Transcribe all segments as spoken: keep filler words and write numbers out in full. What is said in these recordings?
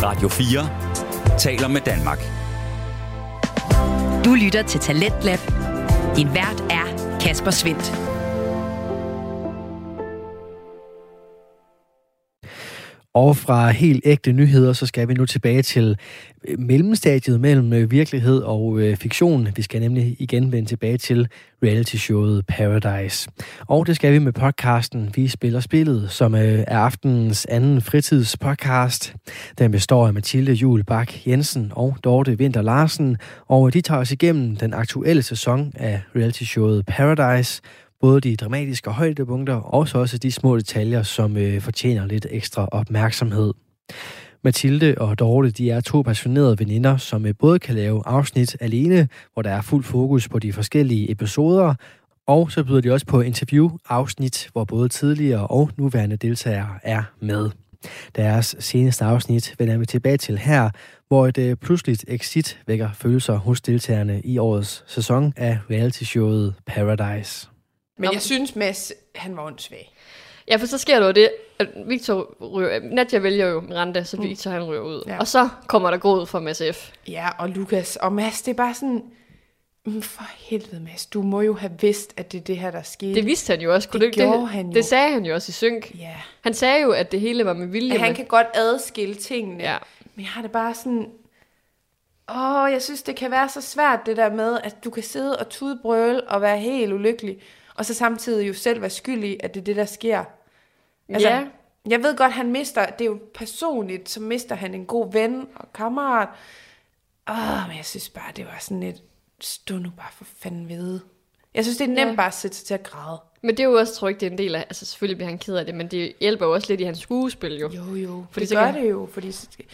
Radio fire taler med Danmark. Du lytter til Talentlab. Din vært er Kasper Svindt. Og fra helt ægte nyheder, så skal vi nu tilbage til mellemstadiet mellem virkelighed og øh, fiktion. Vi skal nemlig igen vende tilbage til reality-showet Paradise. Og det skal vi med podcasten Vi Spiller Spillet, som øh, er aftenens anden fritidspodcast. Den består af Mathilde Juel Bak Jensen og Dorte Winther Larsen. Og de tager os igennem den aktuelle sæson af reality-showet Paradise. Både de dramatiske højdepunkter og så også de små detaljer, som øh, fortjener lidt ekstra opmærksomhed. Mathilde og Dorte, de er to passionerede veninder, som øh, både kan lave afsnit alene, hvor der er fuld fokus på de forskellige episoder, og så byder de også på interview-afsnit, hvor både tidligere og nuværende deltagere er med. Deres seneste afsnit vender vi tilbage til her, hvor et øh, pludseligt exit vækker følelser hos deltagerne i årets sæson af reality-showet Paradise. Men jeg synes, Mads, han var åndssvag. Ja, for så sker der jo det, at Victor ryger, Nadia vælger jo Miranda, så Victor han ryger ud. Ja. Og så kommer der gråd fra Mads F. Ja, og Lukas og Mads, det er bare sådan, for helvede Mads, du må jo have vidst, at det er det her, der skete. Det vidste han jo også. Det, det gjorde det, han jo. Det sagde han jo også i synk. Ja. Han sagde jo, at det hele var med vilje. At han men... kan godt adskille tingene. Ja. Men jeg har det bare sådan, åh, jeg synes, det kan være så svært det der med, at du kan sidde og tudebrøle og være helt ulykkelig. Og så samtidig jo selv være skyldig, at det er det, der sker. Altså, ja. Jeg ved godt, han mister, det er jo personligt, så mister han en god ven og kammerat. Åh, men jeg synes bare, det var sådan et, stå nu bare for fanden ved. Jeg synes, det er nemt ja. bare at sætte sig til at græde. Men det er jo også, tror jeg ikke, det er en del af, altså selvfølgelig bliver han ked af det, men det hjælper jo også lidt i hans skuespil jo. Jo, jo, fordi det gør kan... det jo, fordi...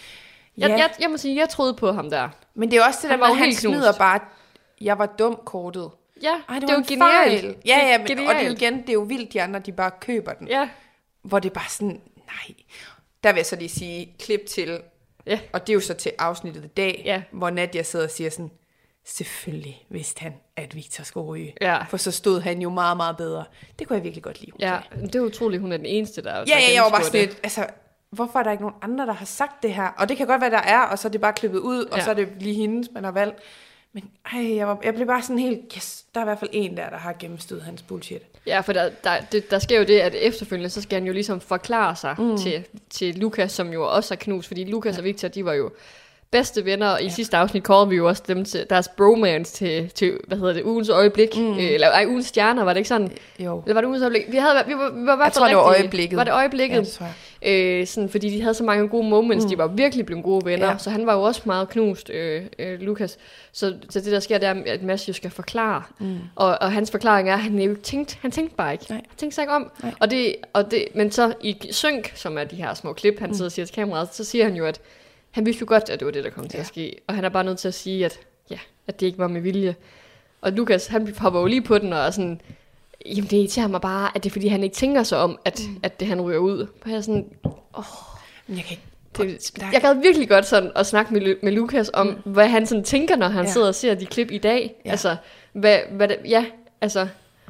Ja. Jeg, jeg, jeg må sige, jeg troede på ham der. Men det er også det han der med, at han smider bare, jeg var dum kortet. Ja, Ej, det, det er jo genialt. Fejl. Ja, ja, men, genialt. og det er jo igen, det er jo vildt, de andre, de bare køber den. Ja. Hvor det er bare sådan, nej. Der vil jeg så lige sige, klip til, ja. og det er jo så til afsnittet i dag, ja. hvor Nadia sidder og siger sådan, selvfølgelig vidste han, at Victor skulle ryge. Ja. For så stod han jo meget, meget bedre. Det kunne jeg virkelig godt lide. Ja, det er utroligt, hun er den eneste, der... Ja, ja, jeg var bare sådan lidt, altså, hvorfor er der ikke nogen andre, der har sagt det her? Og det kan godt være, der er, og så er det bare klippet ud, og ja. så er det lige hendes, man har valgt. Men ej, jeg, var, jeg blev bare sådan helt, yes, der er i hvert fald en der, der har gennemstået hans bullshit. Ja, for der, der, det, der sker jo det, at efterfølgende, så skal han jo ligesom forklare sig mm. til, til Lukas, som jo også er knust, fordi Lukas ja. og Victor, de var jo bedste venner, og i ja. sidste afsnit kårede vi jo også dem til deres bromance til, til hvad hedder det, ugens øjeblik, mm. øh, eller ej, ugens stjerner, var det ikke sådan? Jo. Eller var det ugens øjeblik? Vi, havde, vi var, vi var i hvert fald rigtig... Jeg tror, rigtig, det var øjeblikket. Var det øjeblikket? Ja, det tror jeg. Øh, sådan, fordi de havde så mange gode moments, mm. de var virkelig blevet gode venner, ja. så han var jo også meget knust, øh, øh, Lukas. Så, så det der sker, det er, at Mads jo skal forklare, mm. og, og hans forklaring er, at han jo tænkte, han tænkte bare ikke, Nej. han tænkte sig ikke om. Og det, og det, men så i synk, som er de her små klip, han mm. sidder og siger til kameraet, så siger han jo, at han vidste jo godt, at det var det, der kom til ja. at ske, og han er bare nødt til at sige, at, ja, at det ikke var med vilje. Og Lukas, han hopper jo lige på den, og er sådan, jamen det irriterer mig bare, at det er fordi, han ikke tænker sig om, at, mm. at det han ryger ud. Og jeg er sådan, åh, jeg kan ikke... Det, jeg gad virkelig godt sådan at snakke med, med Lukas om, mm. hvad han sådan tænker, når han ja. sidder og ser de klip i dag. Ja. Altså, hvad, hvad det, ja, altså...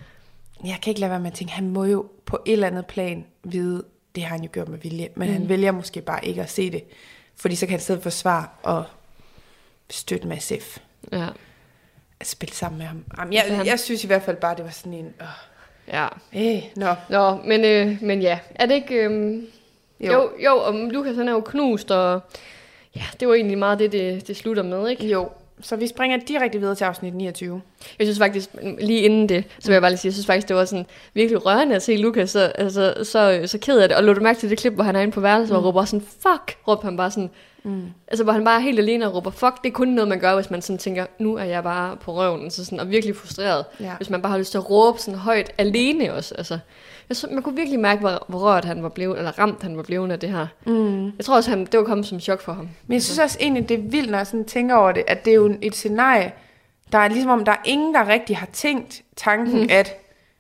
Jeg kan ikke lade være med at tænke, han må jo på et eller andet plan vide, det har han jo gjort med vilje, men mm. han vælger måske bare ikke at se det, fordi så kan han sidde forsvare og støtte med S F. Ja. At spille sammen med ham. Jamen, jeg, jeg, jeg synes i hvert fald bare, det var sådan en... Øh. Ja. Hey, no. Nå, men, øh, men ja, er det ikke... Øh... Jo. jo, jo, og Lukas han er jo knust, og ja, det var egentlig meget det, det, det slutter med, ikke? Jo, så vi springer direkte videre til afsnit niogtyve. Jeg synes faktisk, lige inden det, så vil jeg bare lige sige, jeg synes faktisk, det var sådan virkelig rørende at se Lukas, så, altså, så, så ked af det. Og lå du mærke til det klip, hvor han er inde på værelset, mm. og råber sådan, fuck, råber han bare sådan, mm. altså hvor han bare er helt alene og råber, fuck, det er kun noget, man gør, hvis man sådan tænker, nu er jeg bare på røven, så sådan, og virkelig frustreret. Ja. Hvis man bare har lyst til at råbe sådan højt, alene også, altså. Jeg så, man kunne virkelig mærke, hvor, hvor rørt han var blevet, eller ramt han var blevet af det her. Mm. Jeg tror også, han, det var kommet som chok for ham. Men jeg synes også egentlig, det er vildt, når jeg sådan tænker over det, at det er jo et scenarie, der er ligesom om, der er ingen, der rigtig har tænkt tanken, mm. at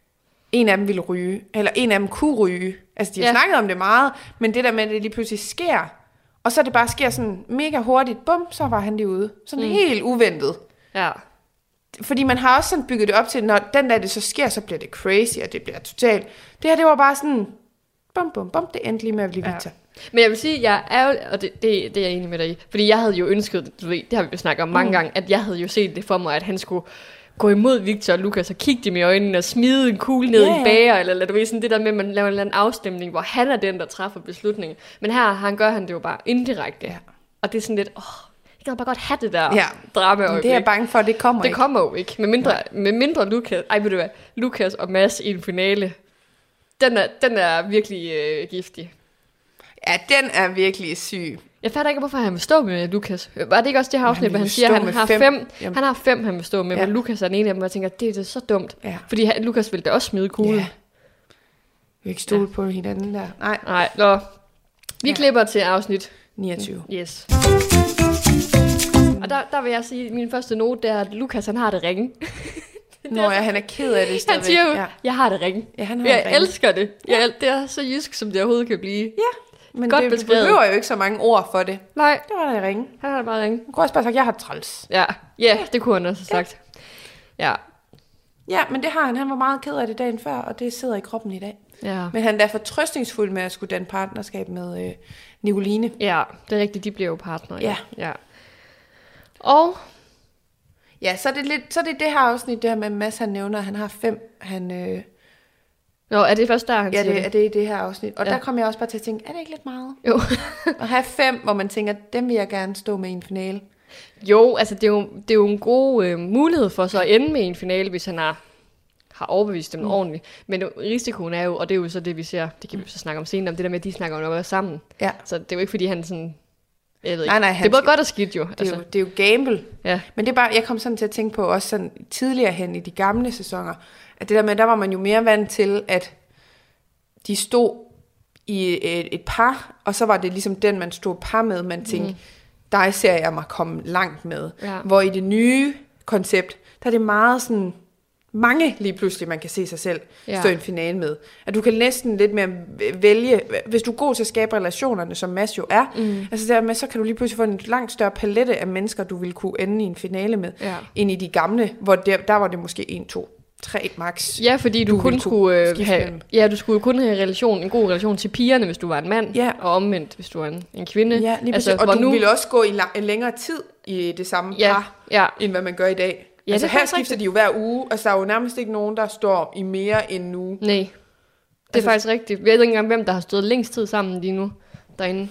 en af dem ville ryge, eller en af dem kunne ryge. Altså, de har ja. snakket om det meget, men det der med, at det lige pludselig sker, og så det bare sker sådan mega hurtigt, bum, så var han lige ude. Sådan mm. helt uventet. Ja. Fordi man har også sådan bygget det op til, når den der det så sker, så bliver det crazy, og det bliver totalt. Det her, det var bare sådan, bum, bum, bum, det endte lige med at blive Victor. Ja. Men jeg vil sige, jeg er jo, og det, det, det er jeg enig med dig i, fordi jeg havde jo ønsket, du ved, det har vi jo snakket om mange mm. gange, at jeg havde jo set det for mig, at han skulle gå imod Victor og Lukas og kigge dem i øjnene og smide en kugle ned yeah. i bager, eller, eller du ved, sådan det der med, at man laver en eller anden afstemning, hvor han er den, der træffer beslutningen. Men her han gør han det jo bare indirekte. Yeah. Og det er sådan lidt, åh, jeg kan bare godt have det der yeah. drama. Det er jeg bange for, det kommer det ikke. Det kommer jo ikke. Med mindre, med mindre Lukas, ej ved du hvad, Lukas og Mads i en finale, den er, den er virkelig øh, giftig. Ja, den er virkelig syg. Jeg fatter ikke, hvorfor han vil stå med Lukas. Var det ikke også det her afsnit, hvor han siger, at han har fem, fem han har fem, han vil stå med, ja. Men Lukas er den ene af dem, og jeg tænker, det er det så dumt. Ja. Fordi han, Lukas ville da også smide kuglen. Ja. Vi vil ikke stole ja. på hinanden der. Nej. Nej, nå. Vi ja. klipper til afsnit niogtyve. Yes. Og der, der vil jeg sige, at min første note, det er, at Lukas, han har det ringe. Nå ja, han er ked af det stadigvæk. Han siger jo, ja. jeg har det ringe. Ja, han har jeg det elsker det. Ja. Jeg, det er så jysk, som det overhovedet kan blive. Ja. Men godt det beskrevet. Behøver jo ikke så mange ord for det. Nej. Det var da ringe. Han har det bare ringe. Du kunne også bare sagt, jeg har træls. Ja, ja, det kunne han også have sagt. Ja. Ja, men det har han. Han var meget ked af det dagen før, og det sidder i kroppen i dag. Ja. Men han er derfor trøstningsfuld med at skulle danne partnerskab med øh, Nicoline. Ja, det er rigtigt. De bliver jo partnere. Ja. ja. Og? Ja, så er det lidt, så er det det her afsnit, det her med Mads, han nævner, at han har fem, han... Øh, Nå, er det først der, han ja, siger det? Ja, det er det her afsnit. Og ja. der kom jeg også bare til at tænke, er det ikke lidt meget? Jo. At have fem, hvor man tænker, dem vil jeg gerne stå med i en finale. Jo, altså det er jo, det er jo en god øh, mulighed for så at ende med en finale, hvis han har, har overbevist dem mm. ordentligt. Men risikoen er jo, og det er jo så det, vi ser, det kan vi så snakke om senere, om det der med, at de snakker om noget sammen. Ja. Så det er jo ikke, fordi han sådan... Jeg ved ikke. Nej, nej, det er både godt og skidt jo. Det er, altså. jo, det er jo gamble. Ja. Men det er bare, jeg kom sådan til at tænke på, også sådan tidligere hen i de gamle sæsoner, at det der med, der var man jo mere vant til, at de stod i et, et par, og så var det ligesom den, man stod par med, man tænkte, mm. dig ser jeg mig komme langt med. Ja. Hvor i det nye koncept, der er det meget sådan, mange lige pludselig, man kan se sig selv ja. stå i en finale med. At du kan næsten lidt mere vælge, hvis du er god til at skabe relationerne, som Mads jo er, mm. altså dermed, så kan du lige pludselig få en langt større palette af mennesker, du vil kunne ende i en finale med, ja. end i de gamle, hvor der, der var det måske en, to, tre max. Ja, fordi du, du kun skulle øh, have, ja, du skulle kun have relation, en god relation til pigerne, hvis du var en mand, ja. og omvendt, hvis du var en, en kvinde. Ja, lige altså, og du nu... ville også gå i la- en længere tid i det samme ja. par, ja. end hvad man gør i dag. Ja, altså her skifter rigtigt. De jo hver uge, og altså, der er jo nærmest ikke nogen, der står i mere end nu. Nej, det er altså, faktisk rigtigt. Jeg ved ikke engang, hvem der har stået længst tid sammen lige nu derinde.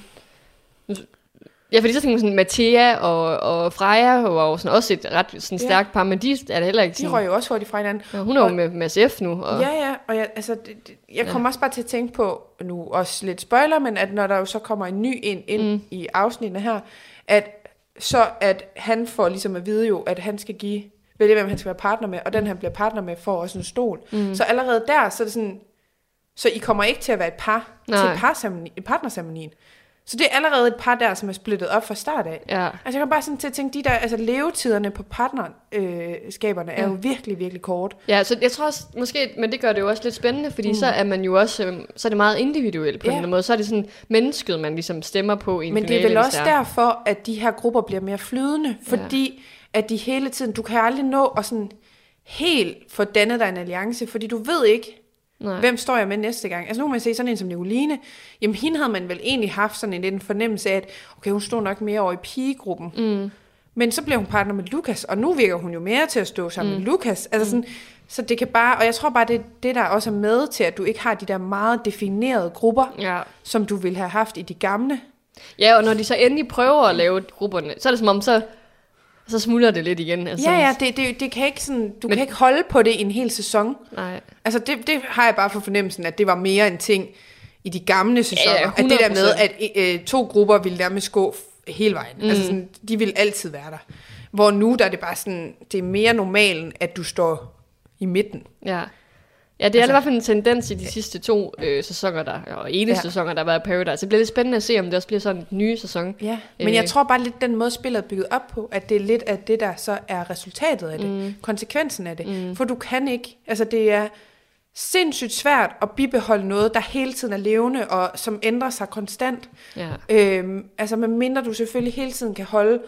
Ja, fordi så tænker man sådan, Mathea og, og Freja var jo sådan også et ret sådan stærkt ja. par, men de er det heller ikke sådan. De røg jo også for de fra hinanden. Ja, hun er og, jo med Mads F. nu. Og, ja, ja, og jeg, altså, det, det, jeg kommer ja. også bare til at tænke på, nu også lidt spoiler, men at når der jo så kommer en ny ind, ind mm. i afsnittene her, at så at han får ligesom at vide jo, at han skal give, vælge hvem han skal være partner med, og den han bliver partner med får også en stol. Mm. Så allerede der, så er det sådan, så I kommer ikke til at være et par Nej. til parceremoni, partnerceremonien. Så det er allerede et par der, som er splittet op fra start af. Ja. Altså jeg kan bare sådan til at tænke, de der, altså levetiderne på partnerskaberne øh, er ja. jo virkelig, virkelig kort. Ja, så jeg tror også, måske, men det gør det jo også lidt spændende, fordi mm. så er man jo også, så er det meget individuelt på ja. en eller anden måde. Så er det sådan mennesket, man ligesom stemmer på i en Men finale, det er vel også der. derfor, at de her grupper bliver mere flydende, fordi ja. at de hele tiden, du kan aldrig nå at sådan helt få dannet dig en alliance, fordi du ved ikke, Nej. hvem står jeg med næste gang? Altså nu kan man se sådan en som Nicoline, jamen hende havde man vel egentlig haft sådan en, en fornemmelse af, at okay, hun stod nok mere over i pigegruppen. Mm. Men så bliver hun partner med Lukas, og nu virker hun jo mere til at stå sammen mm. med Lukas. Altså sådan, så det kan bare, og jeg tror bare, det er det, der også er med til, at du ikke har de der meget definerede grupper, ja. som du ville have haft i de gamle. Ja, og når de så endelig prøver at lave grupperne, så er det som om, så så smuldrer det lidt igen. Altså. Ja, ja, det, det, det kan ikke sådan, du Men, kan ikke holde på det i en hel sæson. Nej. Altså det, det har jeg bare for fornemmelsen, at det var mere en ting i de gamle sæsoner. Ja, at det der med, at øh, to grupper ville nærmest gå hele vejen. Mm. Altså sådan, de ville altid være der. Hvor nu der er det bare sådan, det er mere normalen, at du står i midten. Ja. Ja, det er altså, i hvert fald en tendens i de sidste to øh, sæsoner, der, og ene ja. sæsoner, der har været Paradise. Det bliver lidt spændende at se, om det også bliver sådan en ny sæson. Ja, men øh. jeg tror bare lidt, den måde spillet er bygget op på, at det er lidt af det, der så er resultatet af det. Mm. Konsekvensen af det. Mm. For du kan ikke, altså det er sindssygt svært at bibeholde noget, der hele tiden er levende, og som ændrer sig konstant. Ja. Øhm, altså medmindre du selvfølgelig hele tiden kan holde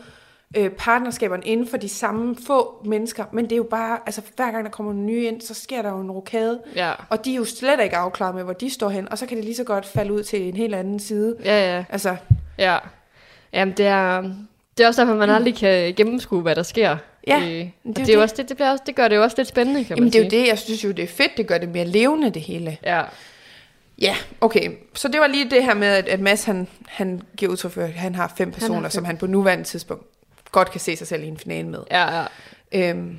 øh, partnerskaberne inden for de samme få mennesker, men det er jo bare, altså hver gang der kommer nogle nye ind, så sker der jo en rokade, Ja. og de er jo slet ikke afklaret med, hvor de står hen, og så kan det lige så godt falde ud til en helt anden side. Ja, ja. Altså, Ja. Jamen, det er, det er også derfor, man aldrig kan gennemskue, hvad der sker. Ja, Øh, det er og jo det, er jo det. også, det, det, bliver også, det gør det jo også lidt spændende, kan jamen man det er jo sige. det, jeg synes jo, det er fedt, det gør det mere levende, det hele. Ja. Ja, okay. Så det var lige det her med, at, at Mads, han, han giver udtryk for, at han har fem personer, han fem. som han på nuværende tidspunkt godt kan se sig selv i en finale med. Ja, ja. Øhm,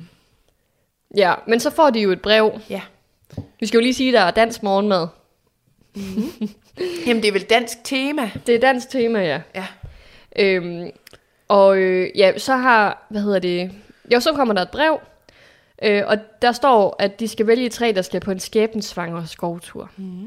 Ja, men så får de jo et brev. ja. Vi skal jo lige sige, at der er dansk morgenmad. Jamen, det er vel dansk tema. Det er dansk tema, ja. Ja. Øhm, og øh, ja, så har, hvad hedder det, jo, så kommer der et brev, øh, og der står, at de skal vælge tre, der skal på en skæbnesvanger skovtur. Mm.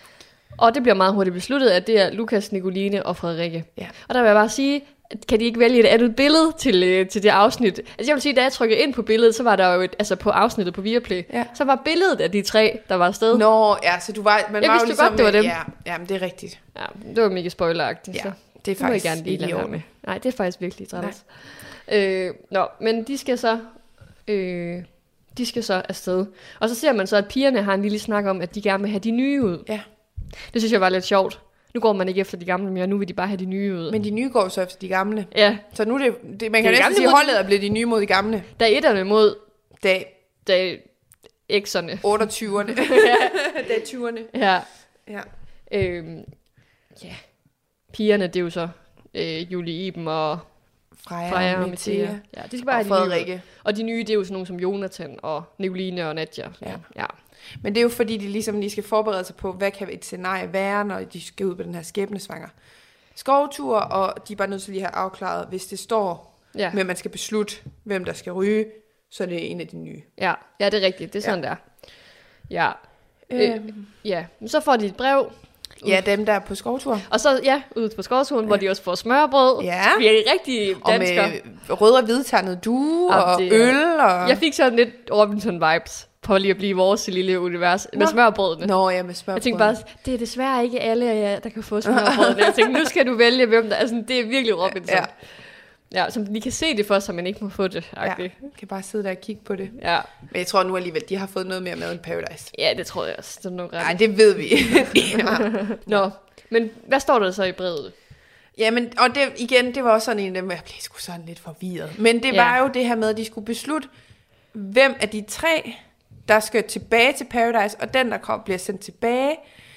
Og det bliver meget hurtigt besluttet, at det er Lukas, Nicoline og Frederikke. Ja. Og der vil jeg bare sige, at kan de ikke vælge et andet billede til, øh, til det afsnit? Altså jeg vil sige, da jeg trykkede ind på billedet, så var der jo et, altså på afsnittet på Viaplay, Ja. så var billedet af de tre, der var afsted. Nå, ja, så du var... Man Jeg var jo vidste ligesom, godt, det var dem. Ja, ja, men det er rigtigt. Ja, det var mega spoileragtigt. Ja, så. det er Det må jeg faktisk gerne lige ikke i lade være orden. med. Nej, det er faktisk virkelig træls. Øh, nå, men de skal så... Øh, de skal så afsted. Og så ser man så, at pigerne har en lille snak om, at de gerne vil have de nye ud. Ja. Det synes jeg var lidt sjovt. Nu går man ikke efter de gamle mere, nu vil de bare have de nye ud. Men de nye går jo så efter de gamle. ja, Så nu er det... det man Det er kan de næsten gamle sige, mod- holdet er blevet de nye mod de gamle. der er etterne mod Da da ekserne. otteogtyverne. Da tyverne. Ja. Ja. Øhm, ja. Pigerne, det er jo så øh, Julie Iben og Freja, Freja og og Mathia. Mathia. Ja, de skal bare Og have de nye ud. Frederikke. Og de nye, det er jo sådan nogle som Jonathan og Nicoline og Nadja. Ja. ja. Men det er jo fordi, de ligesom lige skal forberede sig på, hvad kan et scenarie være, når de skal ud på den her skæbnesvanger skovtur, og de er bare nødt til lige at have afklaret, hvis det står, Ja. men man skal beslutte, hvem der skal ryge, så er det en af de nye. Ja, ja, det er rigtigt. Det er sådan, ja. der. Ja. Øh, Øhm. ja, men så får de et brev. Ja, dem der er på skovtur. Og så, ja, ude på skovturen, ja. hvor de også får smørbrød. Ja. Vi er rigtig Og danskere. med rød og hvidternet due, Jamen, og det er- øl, og... Jeg fik sådan lidt Robinson-vibes på lige at blive vores lille univers med Nå. smørbrødene. Nå, ja, med smørbrød. Jeg tænkte bare, det er desværre ikke alle, ja, der kan få smørbrødene. Jeg tænkte, nu skal du vælge, hvem der... Altså, det er virkelig Robinson. Ja. Ja, som de kan se det for sig, men ikke må få det. Ja, Ja. kan bare sidde der og kigge på det. Ja. Men jeg tror nu alligevel, de har fået noget mere med end Paradise. ja, det tror jeg også. Det er nok ret. Nej, det ved vi. Ja. Nå, men hvad står der så i brevet? Jamen, og det, igen, det var også sådan en af dem, jeg blev sgu sådan lidt forvirret. Men det Ja. var jo det her med, at de skulle beslutte, hvem af de tre, der skal tilbage til Paradise, og den, der kom, bliver sendt tilbage,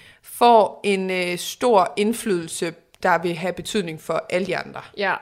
får en øh, stor indflydelse, der vil have betydning for alle de andre. Ja.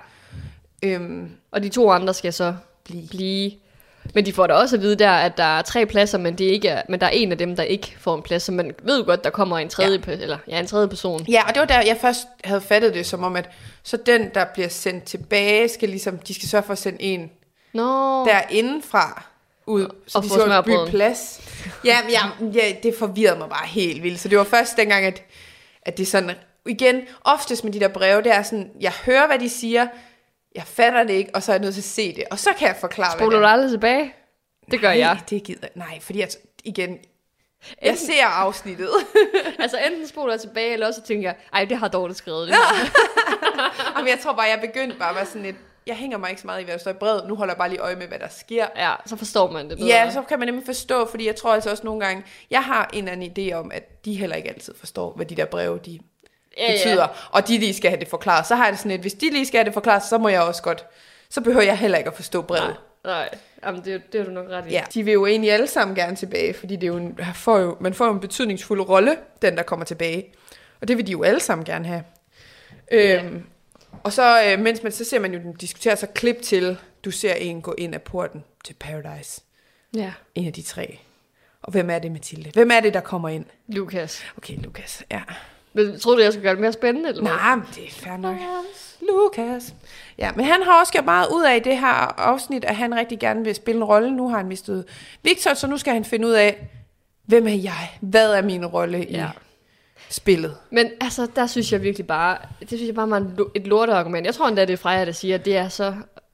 Øhm, Og de to andre skal så Blive. blive. Men de får da også at vide der, at der er tre pladser, men, det ikke er, men der er en af dem, der ikke får en plads. Så man ved jo godt, der kommer en tredje, ja. eller, ja, en tredje person. ja, og det var der, jeg først havde fattet det som om, at så den, der bliver sendt tilbage, skal ligesom, de skal sørge for at sende en Nå. derindefra ud, så Og de få skal smørbrøden. bygge plads. Ja, ja, ja, det forvirrede mig bare helt vildt. Så det var først dengang, at, at det sådan, igen, oftest med de der breve, det er sådan, jeg hører, hvad de siger, jeg fatter det ikke, og så er jeg nødt til at se det, og så kan jeg forklare, Spoler hvad du det er. aldrig tilbage? Det gør Nej, jeg. det gider jeg. Nej, fordi jeg, igen, jeg ser afsnittet. Altså enten spoler jeg tilbage, eller også tænker jeg, ej, det har Dorte skrevet. Det her. Jamen, jeg tror bare, jeg begyndte bare at være sådan lidt, jeg hænger mig ikke så meget i, hvad der står i brevet, nu holder jeg bare lige øje med, hvad der sker. Ja, så forstår man det bedre. Ja, så kan man nemlig forstå, fordi jeg tror altså også nogle gange, jeg har en eller anden idé om, at de heller ikke altid forstår, hvad de der breve, de ja, betyder, ja. og de lige skal have det forklaret. Så har jeg det sådan lidt, hvis de lige skal have det forklaret, så må jeg også godt, så behøver jeg heller ikke at forstå brevet. Nej, jamen, det, det er du nok ret i. Ja, de vil jo egentlig alle sammen gerne tilbage, fordi det er jo en, får jo, man får jo en betydningsfuld rolle, den der kommer tilbage. Og det vil de jo alle sammen gerne have. Ja. Øhm, og så, øh, mens man, så ser man jo den diskutere så klip til, du ser en gå ind af porten til Paradise. Ja. En af de tre. Og hvem er det, Mathilde? Hvem er det, der kommer ind? Lukas. Okay, Lukas, ja. Men tror du, jeg skal gøre det mere spændende, eller hvad? Nej, men det er fair nok. Lukas. Ja, men han har også gjort meget ud af i det her afsnit, at han rigtig gerne vil spille en rolle. Nu har han mistet Victor, så nu skal han finde ud af, hvem er jeg? Hvad er min rolle i Ja. spillet? Men altså, der synes jeg virkelig bare, det synes jeg bare var en lo- et lorteargument. Jeg tror endda, det er Freja, der siger, at det er så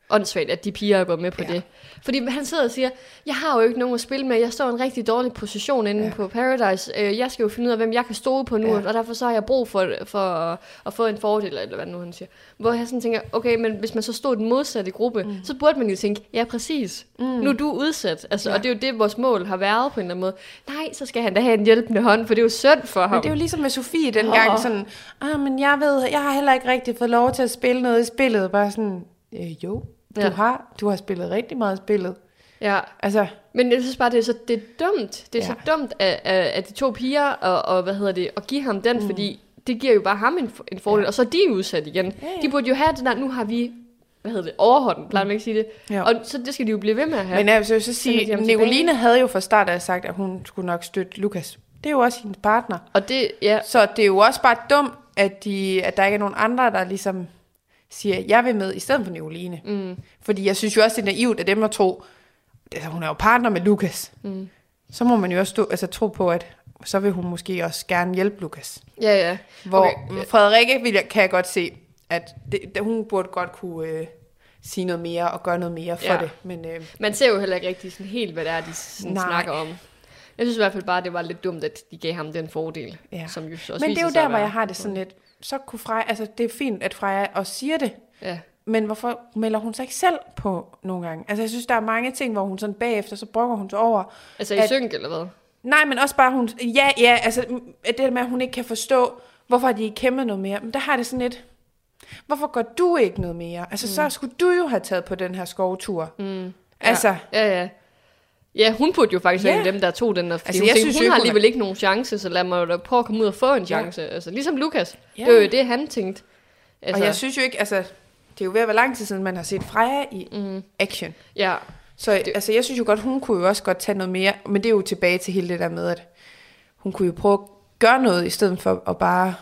åndssvagt, at de piger er gået med på ja. det. Fordi han sidder og siger, jeg har jo ikke nogen at spille med, jeg står i en rigtig dårlig position inde ja. på Paradise, jeg skal jo finde ud af, hvem jeg kan stole på nu, ja. og derfor så har jeg brug for, for at få en fordel, eller hvad nu han siger. Hvor jeg sådan tænker, okay, men hvis man så stod i den modsatte gruppe, mm. så burde man jo tænke, ja præcis, mm. nu er du udsat, altså, ja. og det er jo det, vores mål har været på en eller anden måde. Nej, så skal han da have en hjælpende hånd, for det er jo synd for ham. Men det er jo ligesom med Sofie dengang, oh. sådan, ah, men jeg ved, jeg har heller ikke rigtig fået lov til at spille noget i spillet, bare sådan, øh, jo. Du, ja. har, du har spillet rigtig meget spillet. Ja, altså. Men jeg synes bare, det er så det er dumt. Det er ja. så dumt af, af, af de to piger, og, og hvad hedder det, at give ham den, mm. fordi det giver jo bare ham en, en fordel, ja. og så er de udsat igen. Ja, ja. De burde jo have det der, nu har vi, hvad hedder det, overhånden, plejer man ikke sige det. Ja. Og så det skal de jo blive ved med at have. Men jeg vil så sige, Nicoline havde jo fra start af sagt, at hun skulle nok støtte Lukas. Det er jo også hendes partner. Og det, ja. Så det er jo også bare dumt, at, de, at der ikke er nogen andre, der ligesom siger, jeg vil med, i stedet for Nicoline. Mm. Fordi jeg synes jo også, det er naivt af dem at tro, altså hun er jo partner med Lukas. Mm. Så må man jo også stå, altså, tro på, at så vil hun måske også gerne hjælpe Lukas. Ja, ja. Hvor okay. Frederikke vil jeg, kan jeg godt se, at det, det, hun burde godt kunne øh, sige noget mere og gøre noget mere for ja. det. Men, øh, man ser jo heller ikke rigtig sådan helt, hvad det er, de sådan snakker om. Jeg synes i hvert fald bare, det var lidt dumt, at de gav ham den fordel. Ja. Som jo også men det er jo der, hvor jeg har det sådan lidt, så kunne Freja, altså det er fint, at Freja også siger det, ja. men hvorfor melder hun sig ikke selv på nogle gange? Altså jeg synes, der er mange ting, hvor hun sådan bagefter, så brokker hun sig over. Altså i at, synk, eller hvad? Nej, men også bare hun, ja, ja, altså det der med, at hun ikke kan forstå, hvorfor de ikke kæmpet noget mere. Men der har det sådan lidt, hvorfor gør du ikke noget mere? Altså mm. så skulle du jo have taget på den her skovtur. Mm. Altså. Ja, ja, ja. Ja, hun burde jo faktisk være ja. dem, der tog den der. Altså, hun, jeg tænkte, synes, hun har alligevel hun er... ikke nogen chance, så lad mig da prøve at komme ud og få en chance. Ja. Altså, ligesom Lukas. Ja. Det er jo det, han tænkte. Altså... Og jeg synes jo ikke, altså, det er jo ved at være lang tid siden, man har set Freja i mm. action. Ja. Så det... altså, jeg synes jo godt, hun kunne jo også godt tage noget mere, men det er jo tilbage til hele det der med, at hun kunne jo prøve at gøre noget, i stedet for at bare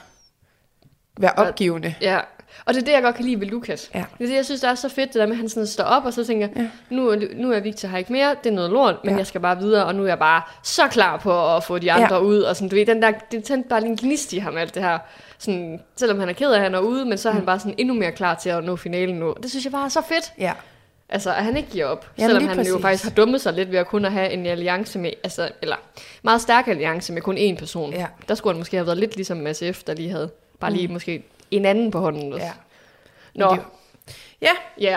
være opgivende. Ja. Og det er det, jeg godt kan lide ved Lukas. Ja. Det er det, jeg synes, det er så fedt, det der med, at han sådan står op, og så tænker, ja. nu, nu er Victor her ikke mere, det er noget lort, men ja. jeg skal bare videre, og nu er jeg bare så klar på at få de andre ja. ud, og sådan, du ved, den der, det tændte bare en gnist i ham, alt det her. Sådan, selvom han er ked af, at han er ude, men så er mm. han bare sådan endnu mere klar til at nå finalen nu. Det synes jeg bare er så fedt. Ja. Altså, at han ikke giver op. Jamen, selvom han præcis. jo faktisk har dummet sig lidt ved at kun at have en alliance med, altså, eller meget stærk alliance med kun én person. Ja. Der skulle han måske have været lidt ligesom Mads F., der lige havde, bare lige mm. måske en anden på hånden også. Ja. Nå. Ja. Ja.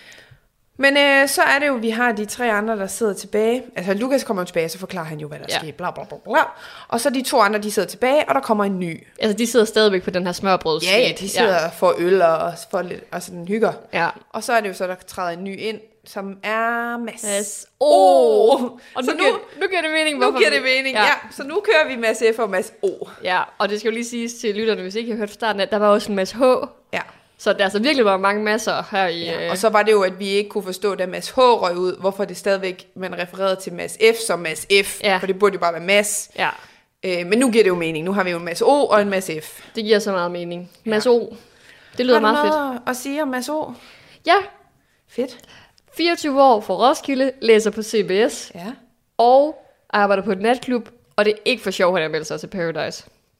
Men øh, så er det jo, vi har de tre andre, der sidder tilbage. Altså, Lukas kommer tilbage, så forklarer han jo, hvad der ja. sker. Bla, bla, bla, bla. Og så de to andre, de sidder tilbage, og der kommer en ny. Altså, de sidder stadigvæk på den her smørbrød. Ja, ja, de sidder ja. for øl og for lidt, og sådan hygger. Ja. Og så er det jo så, der træder en ny ind, som er Mads. Mads. Oh. oh. Og nu, nu, nu giver det mening. Nu giver det mening, ja. ja. Så nu kører vi Mads F. og Mads O. Ja, og det skal jo lige siges til lytterne, hvis ikke I har hørt fra starten, at der var også en Mads H. Ja. Så der er altså virkelig var mange masser her i... Ja, og så var det jo, at vi ikke kunne forstå, da Mads H. røg ud, hvorfor det stadigvæk, man refererede til Mads F. som Mads F. Ja. For det burde jo bare være Mads. Ja. Øh, men nu giver det jo mening. Nu har vi jo en Mads O. og en Mads F. Det giver så meget mening. Mads O. Det lyder meget fedt. Har du noget at sige om Mads O? Ja. Fedt. fireogtyve år fra Roskilde, læser på C B S. Ja. Og arbejder på et natklub. Og det er ikke for sjov, at han melder sig til Paradise.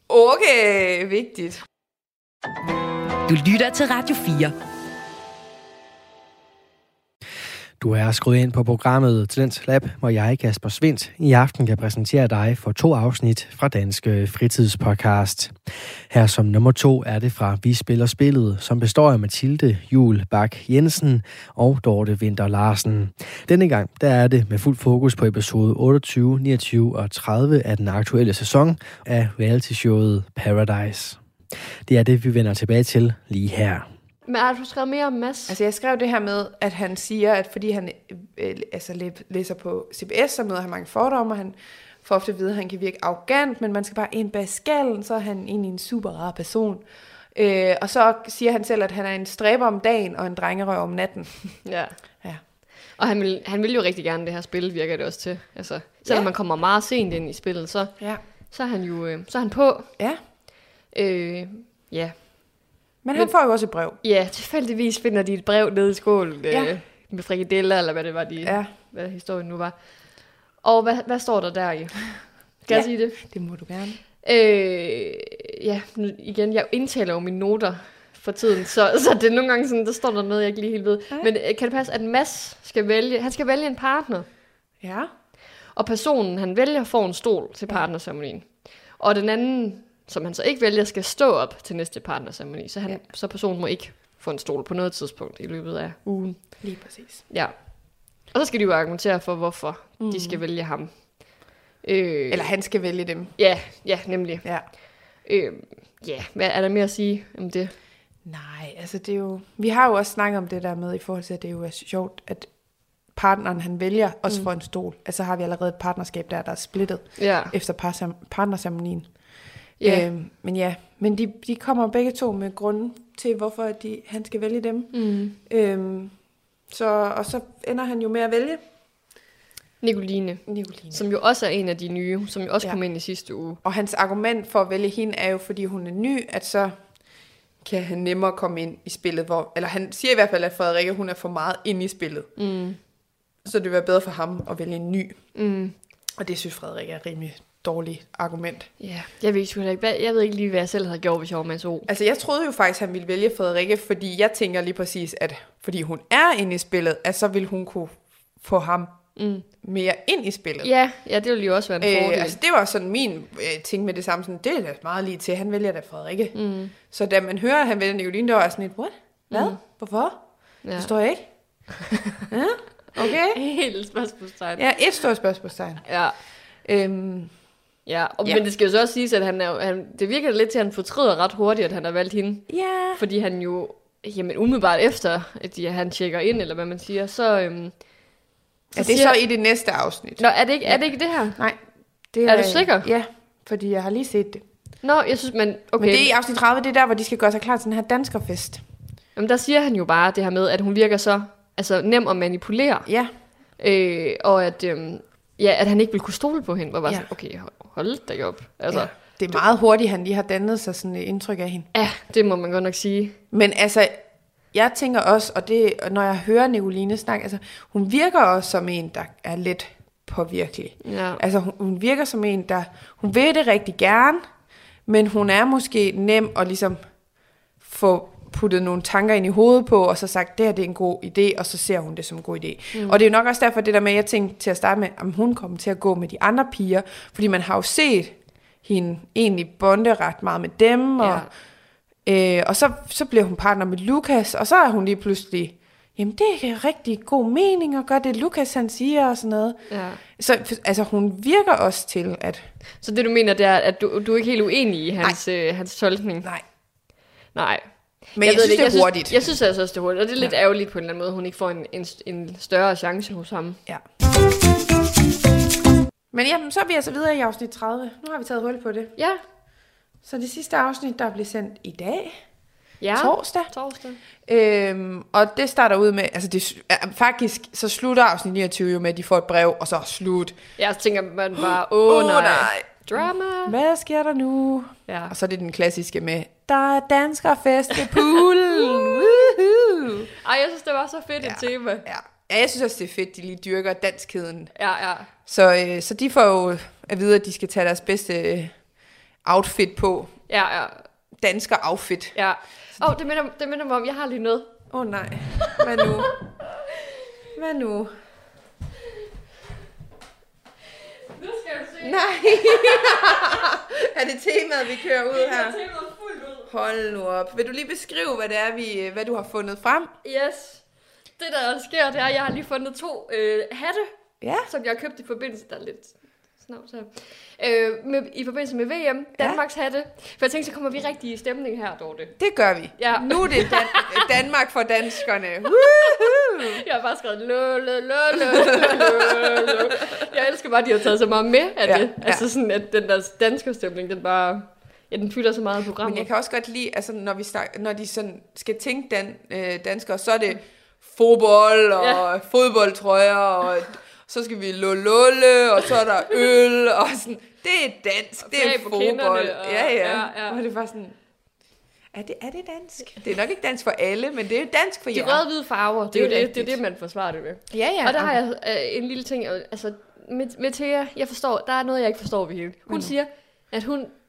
Okay, vigtigt. Du lytter til Radio fire. Du er skruet ind på programmet Talent Lab, hvor jeg, Kasper Svindt, i aften kan præsentere dig for to afsnit fra Danske Fritidspodcast. Her som nummer to er det fra Vi Spiller Spillet, som består af Mathilde Juhl Bak Jensen og Dorte Winther Larsen. Denne gang der er det med fuld fokus på episode otteogtyve, niogtyve og tredive af den aktuelle sæson af reality-showet Paradise. Det er det, vi vender tilbage til lige her. Men har du skrevet mere om Mads? Altså, jeg skrev det her med, at han siger, at fordi han øh, altså, læser på C B S, så møder han mange fordomme, og han får ofte at vide, at han kan virke arrogant, men man skal bare ind bag skallen, så er han egentlig en super rar person. Øh, og så siger han selv, at han er en stræber om dagen, og en drengerøv om natten. Ja. Ja. Og han vil, han vil jo rigtig gerne det her spil, virker det også til. Altså, selvom ja. man kommer meget sent ind i spillet, så, ja. så er han jo øh, så er han på. Ja. Øh, ja. Men han får jo også et brev. Ja, tilfældigvis finder de et brev nede i skålen ja. øh, med frikadeller, eller hvad det var, de, ja. hvad historien nu var. Og hvad, hvad står der der i? Kan ja, jeg sige det? Det må du gerne. Øh, ja, nu, igen, jeg indtaler jo mine noter for tiden, så, så det er nogle gange sådan, der står der noget, jeg ikke lige helt ved. Nej. Men øh, kan det passe, at Mads skal vælge, han skal vælge en partner, Ja. og personen, han vælger, får en stol til partnerceremonien. Og den anden, som han så ikke vælger, skal stå op til næste partnerceremoni, så, han, Ja. så personen må ikke få en stol på noget tidspunkt i løbet af ugen. Lige præcis. Ja. Og så skal de jo argumentere for, hvorfor mm. de skal vælge ham. Øh, Eller han skal vælge dem. Ja, ja, nemlig. Ja. Øh, ja, hvad er der mere at sige om det? Nej, altså det er jo... Vi har jo også snakket om det der med, i forhold til, at det jo er sjovt, at partneren, han vælger, også mm. får en stol. Altså har vi allerede et partnerskab der, der er splittet Ja. efter par- partnerceremonien. Ja. Øhm, men ja, men de, de kommer begge to med grunden til, hvorfor de, han skal vælge dem. Mm. Øhm, så, og så ender han jo med at vælge Nicoline, Nicoline. som jo også er en af de nye, som jo også Ja. kom ind i sidste uge. Og hans argument for at vælge hende er jo, fordi hun er ny, at så kan han nemmere komme ind i spillet. Hvor, eller han siger i hvert fald, at Frederikke, hun er for meget inde i spillet. Mm. Så det vil være bedre for ham at vælge en ny. Mm. Og det synes Frederik er et rimelig dårligt argument. Ja, jeg ved, sgu da ikke, hvad, jeg ved ikke lige, hvad jeg selv havde gjort, hvis jeg var Mads O. Altså, jeg troede jo faktisk, at han ville vælge Frederikke, fordi jeg tænker lige præcis, at fordi hun er inde i spillet, at så vil hun kunne få ham Mm. mere ind i spillet. Ja, ja, det ville jo også være en fordel. Øh, altså, det var sådan min øh, ting med det samme. Sådan, det er da meget lige til, han vælger da Frederikke. Mm. Så da man hører, at han vælger Nicoline, der var sådan et, what? Hvad? Mm. Hvorfor? Ja. Det står jeg ikke. Ja, okay. Helt spørgsmålstegn. Ja, et stort spørgsmålstegn. Ja. Øhm, Ja, og, Ja. men det skal jo så også siges, at han er, han, det virker lidt til, at han fortryder ret hurtigt, at han har valgt hende. ja. Fordi han jo, jamen umiddelbart efter, at de, han tjekker ind, eller hvad man siger, så... Øhm, Er det siger- så i det næste afsnit? Nå, er det ikke, er det, ikke det her? Nej. Det Er du sikker? Ja, fordi jeg har lige set det. Nå, jeg synes, men okay. Men det er i afsnit tredive, det er der, hvor de skal gøre sig klar til den her danskerfest. Jamen, der siger han jo bare det her med, at hun virker så altså, nem at manipulere. Ja. Øh, og at, øhm, ja, at han ikke vil kunne stole på hende. Hvor var Ja. sådan, okay, hold, hold da op. Altså, ja. Det er meget hurtigt, han lige har dannet sig sådan et indtryk af hende. ja, det må man godt nok sige. Men altså, jeg tænker også, og det, og når jeg hører Nicoline snakke, altså, hun virker også som en, der er lidt påvirkelig. Ja. Altså, hun, hun virker som en, der, hun vil det rigtig gerne, men hun er måske nem at ligesom få puttet nogle tanker ind i hovedet på, og så sagt, det her det er en god idé, og så ser hun det som en god idé. Mm. Og det er jo nok også derfor det der med, at jeg tænkte til at starte med, om hun kommer til at gå med de andre piger, fordi man har jo set hende egentlig bonde ret meget med dem, og, øh, og så, så bliver hun partner med Lukas, og så er hun lige pludselig, jamen det er rigtig god mening at gøre det, Lukas han siger, og sådan noget. Ja. Så altså, hun virker også til, at... Så det du mener, det er, at du, du er ikke helt uenig i hans, øh, hans tolkning? Nej, Nej. men jeg, jeg synes, ikke. det er hurtigt. Synes, jeg synes altså også, det er hurtigt. Og det er lidt ja. ærgerligt på en eller anden måde, hun ikke får en, en, en større chance hos ham. Ja. Men jamen, så er vi altså videre i afsnit tredive. Nu har vi taget hul på det. Ja. Så det sidste afsnit, der bliver sendt i dag, Ja. torsdag. Torsdag. Øhm, og det starter ud med, altså det, er- faktisk, så slutter afsnit niogtyve jo med, at de får et brev, og så slut. Jeg tænker man bare, åh oh, Åh, nej. nej. Drama. Hvad sker der nu? Ja. Og så er det den klassiske med, der er danskerfest ved poolen. Woohoo! Ej, jeg synes, det var så fedt ja. et tema. Ja. ja, jeg synes også, det er fedt, de lige dyrker danskheden. Ja, ja. Så, øh, så de får jo at vide, at de skal tage deres bedste øh, outfit på. Ja, ja. Dansker outfit. Ja. Åh, oh, det minder, det minder mig om, jeg har lige noget. Åh oh, nej. Hvad nu? Hvad nu? Nu skal du se. Nej. Er det temaet, vi kører ud her? temaet fuldt ud. Hold nu op. Vil du lige beskrive, hvad det er, vi, hvad du har fundet frem? Yes. Det der sker, det er, at jeg har lige fundet to øh, hatte, Ja. som jeg har købt i forbindelse, der er lidt snavs her, øh, med, i forbindelse med V M, Danmarks ja. hatte. For jeg tænkte, så kommer vi rigtig i stemning her, Dorte. Det gør vi. Ja. Nu er det Dan- Danmark for danskerne. Woohoo! Jeg har bare skrevet lø, lø, lø, lø, lø, lø. Jeg elsker bare, at de har taget så meget med af Ja, det. ja. Altså sådan, at den der danske stemning, den bare, ja, den fylder så meget i programmet. Men jeg kan også godt lide, altså når, vi snak, når de sådan skal tænke dan, øh, danskere, så er det fodbold og ja. fodboldtrøjer, og så skal vi lulle, og så er der øl, og sådan. Det er dansk, Og det er flag på fodbold. kinderne, og- Ja, ja. ja, ja. Og det var sådan, er det, er det dansk? Det er nok ikke dansk for alle, men det er jo dansk for De jer. røde-hvide farver, det er, Det det, er jo det, det er rigtigt. det, man forsvarer det med. Ja, ja. Og der har jeg øh, en lille ting, øh, altså med, med Thea, jeg forstår, der er noget, jeg ikke forstår ved hende. Hun Mm. siger, at hun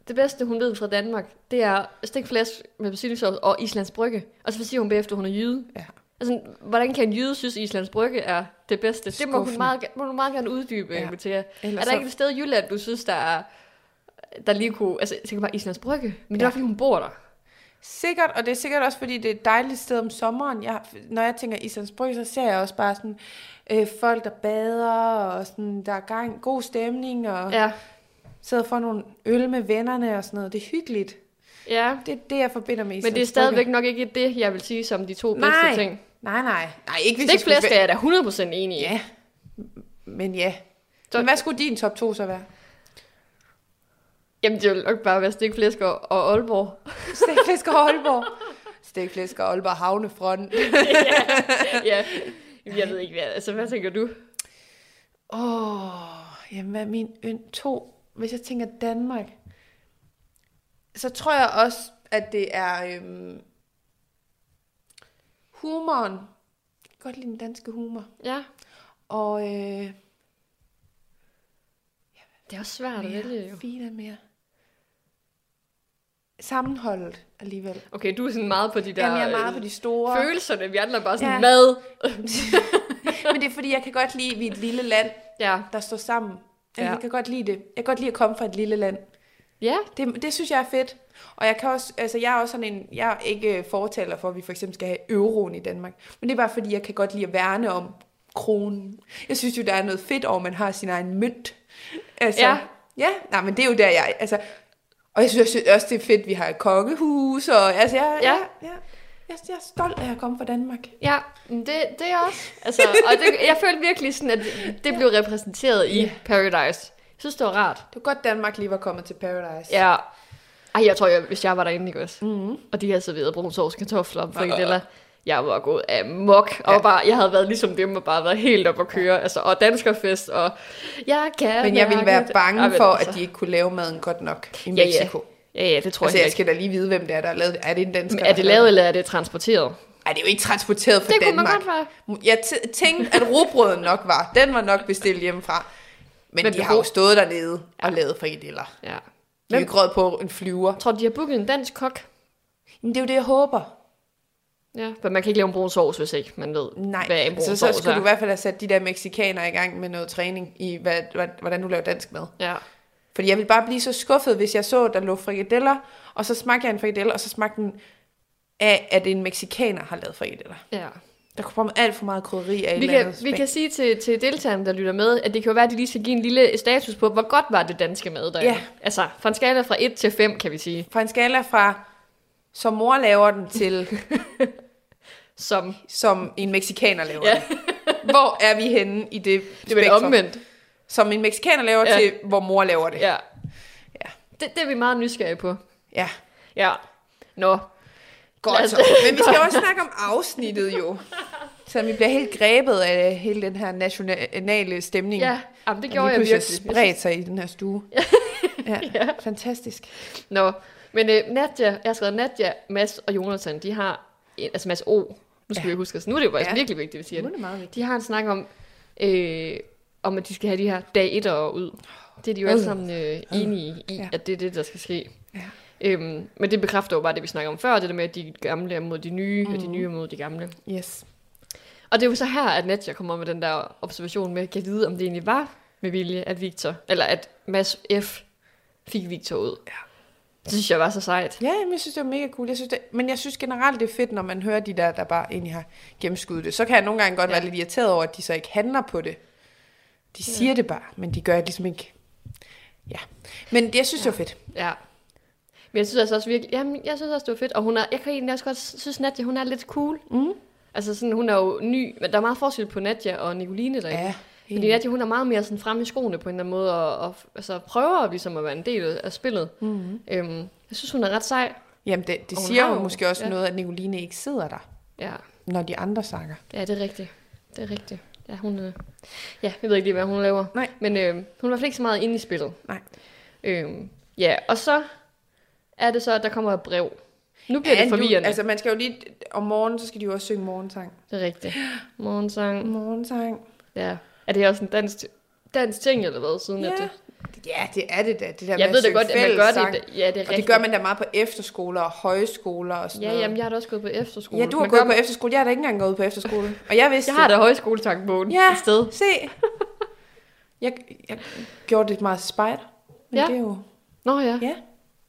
det bedste, hun ved fra Danmark, det er stikflæsk med persillesauce og Islands Brygge. Og så siger hun bagefter, hun er jyde. Ja. Altså, hvordan kan en jyde synes, Islands Brygge er det bedste? Det må hun meget, må hun meget gerne uddybe, ja. Mathia. Er der så... ikke et sted i Jylland, du synes, der er, der lige kunne... Altså, jeg tænker bare Islands Brygge, men ja. Det er fordi, hun bor der. Sikkert, og det er sikkert også, fordi det er et dejligt sted om sommeren. Jeg, når jeg tænker Islands Brygge, så ser jeg også bare sådan øh, folk, der bader, og sådan, der er gang, god stemning, og ja. Sidder for nogle øl med vennerne og sådan noget. Det er hyggeligt. Ja. Det er det, jeg forbinder med Islands Brygge. Men det er stadigvæk nok ikke det, jeg vil sige som de to bedste nej. ting. Nej, nej. nej ikke hvis Stikflæsk skulle... er jeg da hundrede procent enig i. Ja, men ja. Så... Men hvad skulle din top to så være? Jamen, det vil nok bare være stikflæsk og, og Aalborg. Stikflæsk og Aalborg. Stikflæsk og Aalborg havnefront. ja, ja. Jeg ved ikke, hvad, altså, hvad tænker du? Åh, oh, jamen hvad er min ynd to? Hvis jeg tænker Danmark, så tror jeg også, at det er øhm, humoren. Jeg kan godt lide den danske humor. Ja. Og øh, det er også svært at vælge, jo. Fint mere. Sammenholdet alligevel. Okay, du er sådan meget på de der... Jamen, jeg er meget på de store... Følelserne, vi andre bare sådan ja. Mad. Men det er fordi, jeg kan godt lide, at vi er et lille land, ja. Der står sammen. Jeg ja. kan godt lide det. Jeg kan godt lide at komme fra et lille land. Ja. Det, det synes jeg er fedt. Og jeg kan også, altså jeg er også sådan en, jeg er ikke fortaler for, at vi for eksempel skal have euroen i Danmark. Men det er bare fordi, jeg kan godt lide at værne om kronen. Jeg synes jo, der er noget fedt over, at man har sin egen mønt. Altså, ja. Ja, nej, men det er jo der, jeg... Altså, og jeg synes også, det er fedt, at vi har et kongehus. Og, altså, jeg, ja. Jeg, jeg, jeg, jeg er stolt af at komme fra Danmark. Ja, det, det er også. Altså, og det, jeg følte virkelig sådan, at det blev repræsenteret i Paradise. Jeg synes, det var rart. Det var godt, Danmark lige var kommet til Paradise. Ja. Ej, jeg tror, jeg, hvis jeg var derinde, ikke også? Mm-hmm. Og de havde serveret brun sovs, kartofler og frikadeller. Jeg var gået amok, og ja. bare, jeg havde været ligesom dem, og bare været helt op at køre, ja. Altså, og danskerfest, og jeg kan... Men jeg ville være bange ja, for, altså. At de ikke kunne lave maden godt nok i ja, Mexico. Ja. ja, ja, det tror altså, jeg jeg skal da lige vide, hvem det er, der har lavet det. Er det en dansker? Er det lavet, eller er det transporteret? Nej, det er jo ikke transporteret fra det Danmark. Det kunne man godt være. Jeg t- tænkte, at rugbrøden nok var. Den var nok bestilt hjemmefra. Men, Men de har jo stået dernede ja. Og lavet frikadeller. Ja. De er jo grød på en flyver. Tror du, de har booket en dansk kok? Men det er jo det, jeg håber. Ja, for man kan ikke lave en brun sovs, hvis ikke man ved, nej. Hvad en brun så, sovs så skulle er. Du i hvert fald have sat de der mexikanere i gang med noget træning i, hvad, hvad, hvordan du laver dansk mad. Ja. Fordi jeg ville bare blive så skuffet, hvis jeg så, der lå frikadeller, og så smagte jeg en frikadelle, og så smagte den af, at en mexikaner har lavet frikadeller. Ja. Der kunne komme alt for meget krydderi af vi et kan, eller andet Vi kan sige til, til deltagerne, der lytter med, at det kan jo være, at de lige skal give en lille status på, hvor godt var det danske mad der. Ja. Altså, fra en skala fra et til fem, kan vi sige. Fra en skala fra, som mor laver den, til... som... Som en mexikaner laver ja. Den. Hvor er vi henne i det spektrum? Det er omvendt. Som en mexikaner laver ja. Til, hvor mor laver det. Ja. Ja. Det, det er vi meget nysgerrige på. Ja. Ja. Nå. Godt så. Men vi skal også snakke om afsnittet jo. Så vi bliver helt grebet af hele den her nationale stemning. Ja, jamen, det gjorde jeg virkelig. Spredt sig i den her stue. Ja, ja. Fantastisk. Nå, men uh, Nadja, jeg har skrevet Nadja, Mads og Jonathan, de har, en, altså Mads O, nu skal ja. Vi huske, nu er det jo faktisk ja. Virkelig vigtigt, vi siger det. Er det de har en snak om, øh, om at de skal have de her dag et år ud. Det er de jo alle sammen øh, enige i, ja. At det er det, der skal ske. Ja. Øhm, men det bekræfter jo bare det, vi snakker om før, det der med, at de gamle er mod de nye, mm. og de nye er mod de gamle. Yes. Og det er jo så her, at Nadja kommer med den der observation med, kan vide, om det egentlig var med vilje, at Victor, eller at Mads F. fik Victor ud. Ja. Det synes jeg var så sejt. Ja, men jeg synes, det var mega cool. Jeg synes, det, men jeg synes generelt, det er fedt, når man hører de der, der bare egentlig har gennemskuddet det. Så kan jeg nogle gange godt ja. Være lidt irriteret over, at de så ikke handler på det. De siger ja. Det bare, men de gør det ligesom ikke. Ja. Men jeg synes, ja. Det var fedt. Ja. Men jeg synes altså også virkelig, jamen, jeg synes også, det var fedt. Og hun er, jeg kan egentlig også godt synes, Nadja, hun er lidt cool. Mm. Altså sådan, hun er jo ny, men der er meget forskel på Nadja og Nicoline derinde. Ja. Fordi Nadja, hun er meget mere sådan fremme i skoene på en eller anden måde, og, og altså, prøver ligesom at være en del af spillet. Mm-hmm. Øhm, jeg synes, hun er ret sej. Jamen, det, det siger jo måske også ja. Noget, at Nicoline ikke sidder der, ja. Når de andre snakker. Ja, det er rigtigt. Det er rigtigt. Ja, hun, øh, ja, jeg ved ikke lige, hvad hun laver. Nej. Men øh, hun er i hvert fald ikke så meget inde i spillet. Nej. Øhm, ja, og så er det så, at der kommer et brev. Nu bliver ja, det forvirrende. Du, altså, man skal jo lige... Om morgenen, så skal de jo også synge morgensang. Det er rigtigt. Morgensang. Morgensang. Ja. Er det også en dansk, dansk ting, eller hvad, siden ja, at det? Ja, det er det da. Det der Jeg med ved at da synge godt, at man gør fællessang. det. Ja, det er Og det rigtigt. gør man da meget på efterskoler og højskoler og sådan Ja, noget. jamen, jeg har da også gået på efterskole. Ja, du har Man gået gør- på efterskole. Jeg har da ikke engang gået på efterskole. Og jeg vidste Jeg har det. da højskoletangbogen Ja, et sted. se. Jeg, jeg gjorde det meget spejder. Men Ja. det er jo... Nå ja. Ja.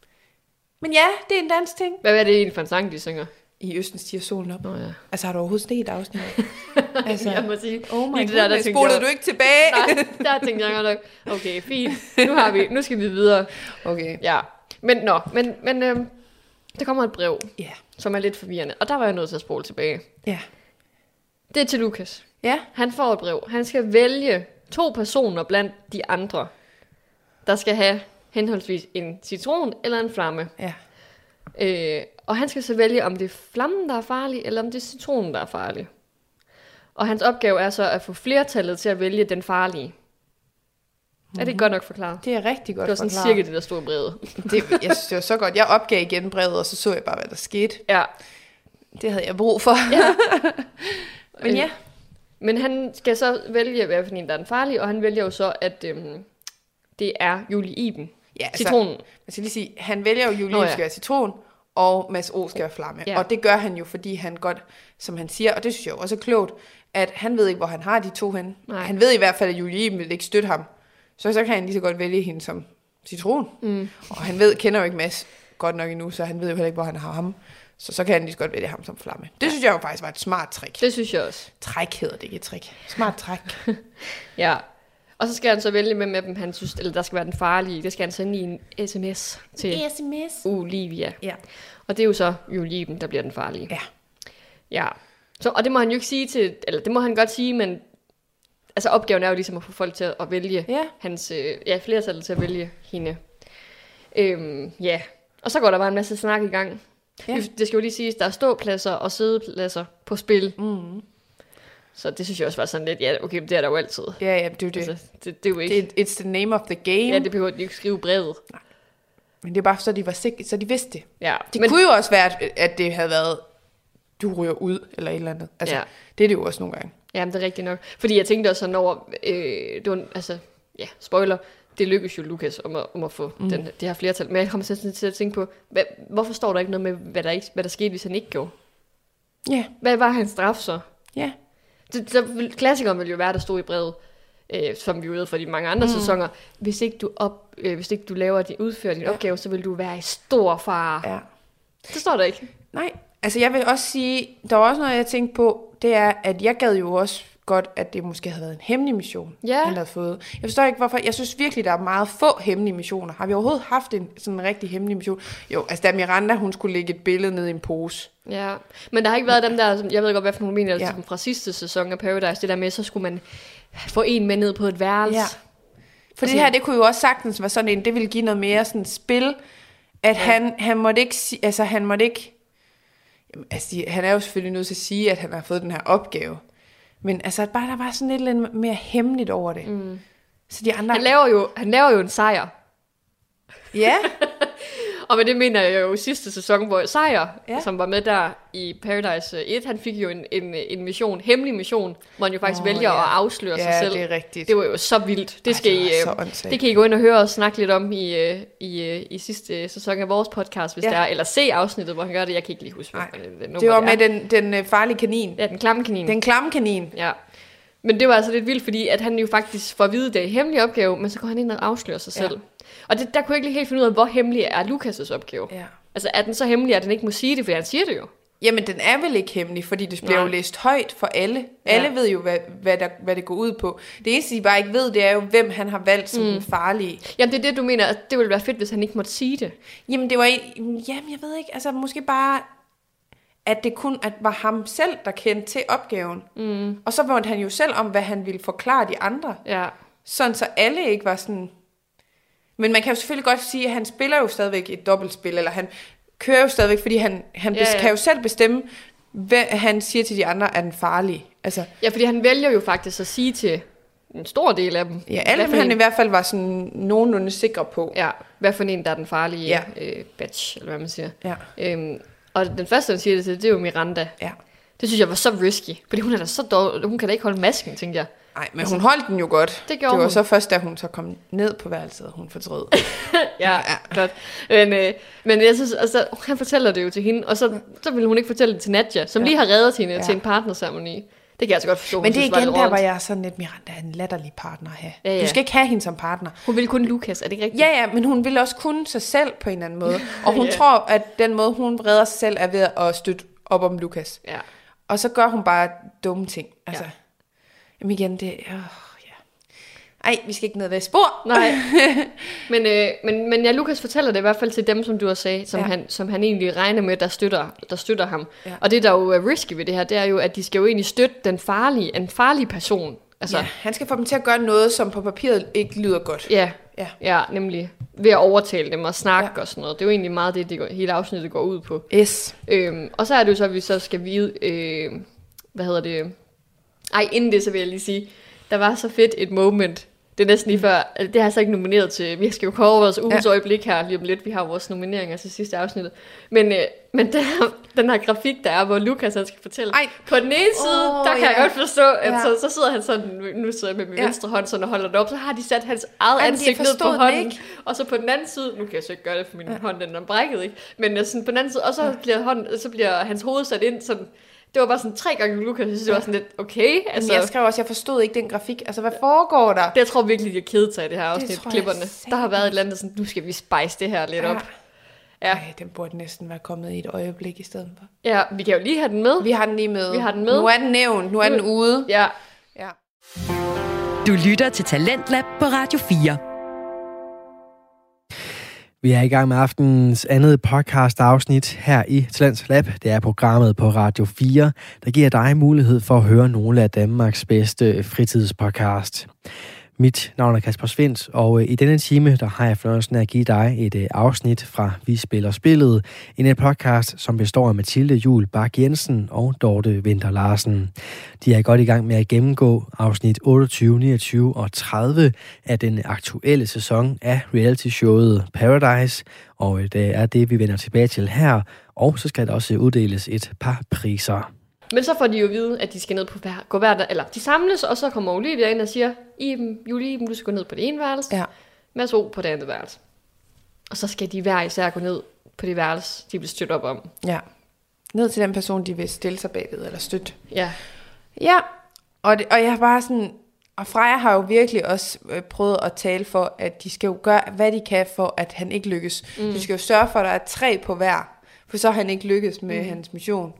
Men ja, det er en dansk ting. Hvad er det egentlig for en sang, de synger? I Østen stiger solen op. Nå ja. Altså, har du overhovedet set afsnittet? Altså, Jeg må sige, oh my lige det der, der goodness, tænkte spolede jeg- du ikke tilbage? Nej, der tænkte jeg godt nok, okay, fint. Nu, har vi, nu skal vi videre. Okay. Ja, men nå, men, men øhm, der kommer et brev, Ja. som er lidt forvirrende, og der var jeg nødt til at spole tilbage. Ja. Det er til Lukas. Ja. Han får et brev. Han skal vælge to personer blandt de andre, der skal have henholdsvis en citron eller en flamme. Ja. Øh, og han skal så vælge, om det er flammen, der er farlig, eller om det er citronen, der er farlig. Og hans opgave er så at få flertallet til at vælge den farlige. Mm-hmm. Er det godt nok forklaret? Det er rigtig godt Det var sådan forklaret. cirka det, der stod i brevet. Det, jeg synes, det var så godt. Jeg opgav igen brevet, og så så jeg bare, hvad der skete. Ja. Det havde jeg brug for. Ja. Men ja. Men han skal så vælge, hvad for en, der er den farlige, og han vælger jo så, at øhm, det er Julie Iben. Ja, altså, Citronen. Jeg skal lige sige, han vælger jo, Julie Nå, ja. skal være citron, og Mads O skal være flamme. Ja. Og det gør han jo, fordi han godt, som han siger, og det synes jeg jo også er klogt, at han ved ikke, hvor han har de to henne. Nej. Han ved i hvert fald, at Julie Iben vil ikke støtte ham. Så så kan han lige så godt vælge hende som citron. Mm. Og han ved, kender jo ikke Mads godt nok endnu, så han ved jo heller ikke, hvor han har ham. Så så kan han lige så godt vælge ham som flamme. Det synes jeg jo faktisk var et smart trick. Det synes jeg også. Træk hedder det ikke et trick. Smart træk. Ja. Og så skal han så vælge, hvem af dem han synes, eller der skal være den farlige. Det skal han sende i en sms til sms. Olivia. Ja. Og det er jo så Julie Iben, der bliver den farlige. Ja. Ja. Så, og det må han jo ikke sige til, eller det må han godt sige, men altså opgaven er jo ligesom at få folk til at vælge Ja. hans, øh, ja, flertallet til at vælge hende. Øhm, ja. Og så går der bare en masse snak i gang. Ja. Vi- Det skal jo lige siges, der er ståpladser og sædepladser på spil. Mm. Så det synes jeg også var sådan lidt, ja, okay, det er der jo altid. Ja, ja, det er jo det. Altså, det, det er jo ikke... det. It's the name of the game. Ja, det behøver de ikke skrive i brevet. Men det er bare så de var sikre, så de vidste det. Ja, Det men, kunne jo også være, at- at det havde været, du ryger ud, eller et eller andet. Altså, Ja. det er det jo også nogle gange. ja, det er rigtigt nok. Fordi jeg tænkte også sådan over, øh, det var, altså, ja, spoiler, det lykkedes jo Lukas om at, om at få mm. den, det her flertal. Men jeg kommer sådan til at tænke på, hvad, hvorfor står der ikke noget med, hvad der, ikke, hvad der skete, hvis han ikke gjorde? Ja, Hvad var hans straf så? ja. Det, så vil, klassikeren ville jo være, der stod i brevet, øh, som vi jo ved fra de mange andre mm. sæsoner, hvis ikke du, op, øh, hvis ikke du laver din, udfører din Ja. opgave, så vil du være i stor fare. ja. Det står der ikke. Nej, altså jeg vil også sige, der var også noget, jeg tænkte på, det er, at jeg gad jo også godt, at det måske havde været en hemmelig mission, Ja. han havde fået. Jeg forstår ikke, hvorfor. Jeg synes virkelig, der er meget få hemmelige missioner. Har vi overhovedet haft en sådan en rigtig hemmelig mission? Jo, altså da Miranda, hun skulle lægge et billede ned i en pose. Ja, men der har ikke været dem der, som- jeg ved godt, hvad for nogle mener, Ja. ja. fra sidste sæson af Paradise, det der med, så skulle man få en med ned på et værelse. Ja. For det Altså- her, det kunne jo også sagtens være sådan en, det ville give noget mere sådan spil, at ja. han, han måtte ikke, si- altså han måtte ikke, jamen, altså de- han er jo selvfølgelig nødt til at sige, at han har fået den her opgave, men altså at bare der var sådan et eller andet mere hemmeligt over det. Mm. Så de andre, Han laver jo, han laver jo en sejr. ja, Og med det mener jeg jo sidste sæson, hvor Sejr, Ja. ja. som var med der i Paradise et, han fik jo en, en, en mission, hemmelig mission, hvor han jo faktisk Nå, oh, vælger ja. at afsløre ja, sig selv. det er rigtigt. Det var jo så vildt. Det, Ej, skal det var I, så øh, åndssvagt. det kan I gå ind og høre og snakke lidt om i, øh, i, øh, i sidste sæson af vores podcast, hvis Ja. ja. der er, eller se afsnittet, hvor han gør det. Jeg kan ikke lige huske, Nej, hvad det, det, Det var med er. den, den øh, farlige kanin. Ja, den klamme kanin. Den klamme kanin. Ja. Men det var altså lidt vildt, fordi at han jo faktisk får at vide, at det er en hemmelig opgave, men så går han ind og afslører sig Ja. selv. Og det, der kunne jeg ikke lige helt finde ud af, hvor hemmelig er Lukas' opgave. Ja. Altså, er den så hemmelig, at han ikke må sige det, for han siger det jo. Jamen, den er vel ikke hemmelig, fordi det bliver Nej. jo læst højt for alle. Ja. Alle ved jo, hvad, hvad, der, hvad det går ud på. Det eneste, de bare ikke ved, det er jo, hvem han har valgt som mm. den farlige. Jamen, det er det, du mener, at det ville være fedt, hvis han ikke måtte sige det. Jamen, det var ikke... Jamen, jeg ved ikke. Altså, måske bare, at det kun at var ham selv, der kendte til opgaven. Mm. Og så måtte han jo selv om, hvad han ville forklare de andre. Ja. Sådan, så alle ikke var sådan... Men man kan jo selvfølgelig godt sige, at han spiller jo stadigvæk et dobbeltspil, eller han kører jo stadigvæk, fordi han, han Ja, ja. kan jo selv bestemme, hvad han siger til de andre, er den farlige. Altså, Ja, fordi han vælger jo faktisk at sige til en stor del af dem. ja, alle hvad dem, for han en, i hvert fald var sådan nogenlunde sikre på. Ja, hvad for en, der er den farlige Ja. øh, batch, eller hvad man siger. Ja. Øhm, og den første, han siger det til, det er jo Miranda. Ja. Det synes jeg var så risky, fordi hun er da så dårlig, hun kan da ikke holde masken, tænkte jeg. Nej, men hun holdt den jo godt. Det gjorde Det var hun. så først, da hun så kom ned på værelset, og hun fortrød. ja, ja, godt. Men, øh, men jeg synes, altså, han fortæller det jo til hende, og så, så ville hun ikke fortælle det til Nadja, som ja. lige har reddet hende ja. til en partnerceremoni. Det kan jeg altså godt forstå. Men det er igen der, hvor jeg er sådan lidt, Miranda er en latterlig partner at have. Ja, ja. Du skal ikke have hende som partner. Hun vil kun Lukas, er det ikke rigtigt? Ja, ja, men hun vil også kunne sig selv på en eller anden måde. Og hun ja. tror, at den måde, hun redder sig selv, er ved at støtte op om Lukas. Ja. Og så gør hun bare dumme ting. Altså, ja. Jamen igen, det er... Øh, ja. Ej, vi skal ikke ned ad det spor. Nej. men, øh, men, men ja, Lukas fortæller det i hvert fald til dem, som du har sagt, som, ja. han, som han egentlig regner med, der støtter, der støtter ham. Ja. Og det, der jo er risky ved det her, det er jo, at de skal jo egentlig støtte den farlige, en farlig person. Altså, ja, han skal få dem til at gøre noget, som på papiret ikke lyder godt. Ja, ja. ja nemlig ved at overtale dem og snakke ja. og sådan noget. Det er jo egentlig meget det, det går, hele afsnittet går ud på. Yes. Øhm, og så er det jo så, at vi så skal vide, øh, hvad hedder det... Ej, inden det, så vil jeg lige sige, der var så fedt et moment. Det er næsten lige før, altså, det har jeg så ikke nomineret til. Vi skal jo kåre vores ugens ja. øjeblik her lige om lidt. Vi har vores nomineringer til sidste afsnittet. Men, øh, men den, her, den her grafik, der er, hvor Lukas han skal fortælle. Ej. På den ene side, oh, der kan ja. jeg godt forstå, at ja. så, så sidder han sådan, nu sidder jeg med min ja. venstre hånd sådan og holder det op, så har de sat hans eget Ej, ansigt ned på hånden. Ikke. Og så på den anden side, nu kan jeg så ikke gøre det, for min ja. hånd den er brækket, ikke? Men sådan, på den anden side, og så, ja. bliver, hånd, så bliver hans hoved sat ind sådan. Det var bare sådan tre gange Lukas, jeg synes, det var sådan lidt okay. Altså, jeg skrev også, jeg forstod ikke den grafik. Altså, hvad foregår der? Det jeg tror virkelig, de har kedet sig i det her afsnit, klipperne. Der har været et eller andet sådan, nu skal vi spice det her lidt ja. op. Ja. Ej, den burde næsten være kommet i et øjeblik i stedet for. Ja, vi kan jo lige have den med. Vi har den lige med. Vi har den med. Nu er den nævnt, nu er den ude. Ja. ja. Du lytter til Talentlab på Radio fire. Vi er i gang med aftenens andet podcast-afsnit her i Talents Lab. Det er programmet på Radio fire, der giver dig mulighed for at høre nogle af Danmarks bedste fritidspodcast. Mit navn er Kasper Svindt, og i denne time der har jeg fornøjelsen af at give dig et afsnit fra Vi Spiller Spillet, en podcast, som består af Mathilde Juhl Bak Jensen og Dorte Winther Larsen. De er godt i gang med at gennemgå afsnit otteogtyve, niogtyve og tredive af den aktuelle sæson af reality-showet Paradise, og det er det, vi vender tilbage til her, og så skal der også uddeles et par priser. Men så får de jo at vide, at de skal ned på hver, gå hver, eller de samles, og så kommer Olivia ind og siger, Iben, Julie, Iben, du skal gå ned på det ene værelse, ja. Mads O på det andet værelse. Og så skal de hver især gå ned på det værelse, de vil støtte op om. Ja, ned til den person, de vil stille sig bagved, eller støtte. Ja. Ja, og, det, og jeg har bare sådan, og Freja har jo virkelig også øh, prøvet at tale for, at de skal jo gøre, hvad de kan for, at han ikke lykkes. Mm. De skal jo sørge for, at der er tre på hver, for så har han ikke lykkes med mm. hans mission.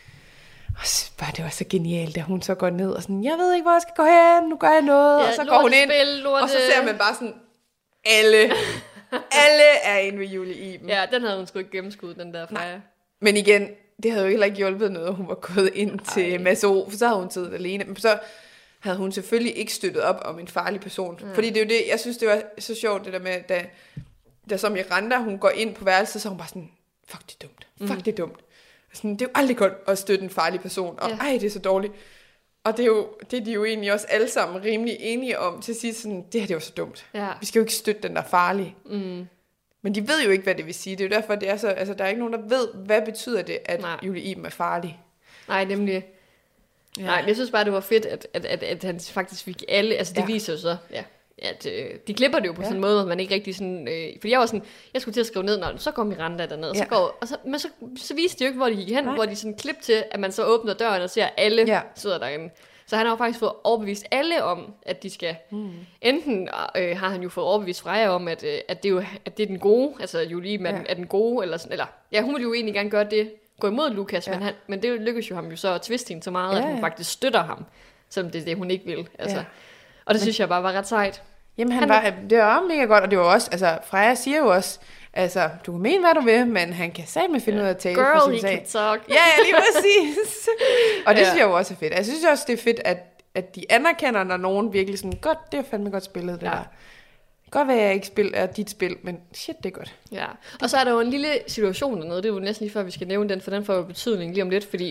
Og så, bare, det var så genialt, da hun så går ned og sådan, jeg ved ikke, hvor jeg skal gå hen, nu gør jeg noget. Ja, og så går hun ind, spil, og så ser man bare sådan, alle, alle er inde ved Julie Iben. Ja, den havde hun sgu ikke gennemskuddet, den der Freja. Men igen, det havde jo heller ikke hjulpet noget, hun var gået ind til Ej. Mads O, for så havde hun siddet alene. Men så havde hun selvfølgelig ikke støttet op om en farlig person. Mm. Fordi det er jo det, jeg synes, det var så sjovt, det der med, da, da som Miranda, hun går ind på værelset, så hun bare sådan, fuck, det er dumt, fuck, mm. det er dumt. Sådan, det er jo aldrig godt at støtte en farlig person, og ja. ej, det er så dårligt. Og det er jo det er de jo egentlig også alle sammen rimelig enige om til sidst, sådan, det her det er jo så dumt. Ja. Vi skal jo ikke støtte den, der er farlig. Mm. Men de ved jo ikke, hvad det vil sige. Det er jo derfor, det er så, altså, der er ikke nogen, der ved, hvad betyder det, at Nej. Julie Iben er farlig. Nej, nemlig. Ja. Nej, jeg synes bare, det var fedt, at, at, at, at han faktisk fik alle, altså det ja. viser jo så, ja. at øh, de klipper det jo på ja. sådan en måde, at man ikke rigtig sådan, øh, fordi jeg var sådan, jeg skulle til at skrive ned, når så går Miranda derned, ja. så går, og så, men så, så viste de jo ikke, hvor de gik hen, Nej. hvor de sådan klip til, at man så åbner døren og ser, at alle ja. sidder derinde. Så han har jo faktisk fået overbevist alle om, at de skal, mm. enten øh, har han jo fået overbevist Freja om, at, øh, at, det, jo, at det er den gode, altså Julie ja. er den gode, eller sådan, eller, ja, hun ville jo egentlig gerne gøre det, gå imod Lukas, ja. men, han, men det lykkedes jo ham jo så at twiste hende så meget, ja, ja. at hun faktisk støtter ham, selvom det er det, hun ikke vil, altså. Ja. Og det men, synes jeg bare var ret sejt. Jamen, han, han var, det var mega godt, og det var også, altså, Freja siger jo også, altså, du kan mene, hvad du vil, men han kan satme finde ud af at tale Girl, for sin sag. Girl, he can talk. Ja, ja, lige præcis. Og det ja. synes jeg jo også er fedt. Jeg synes også, det er fedt, at, at de anerkender, når nogen virkelig sådan, godt, det er fandme godt spillet, det ja. der. Godt være, jeg ikke spiller dit spil, men shit, det er godt. Ja, og så er der jo en lille situation dernede, det er jo næsten lige før, vi skal nævne den, for den får jo betydning lige om lidt, fordi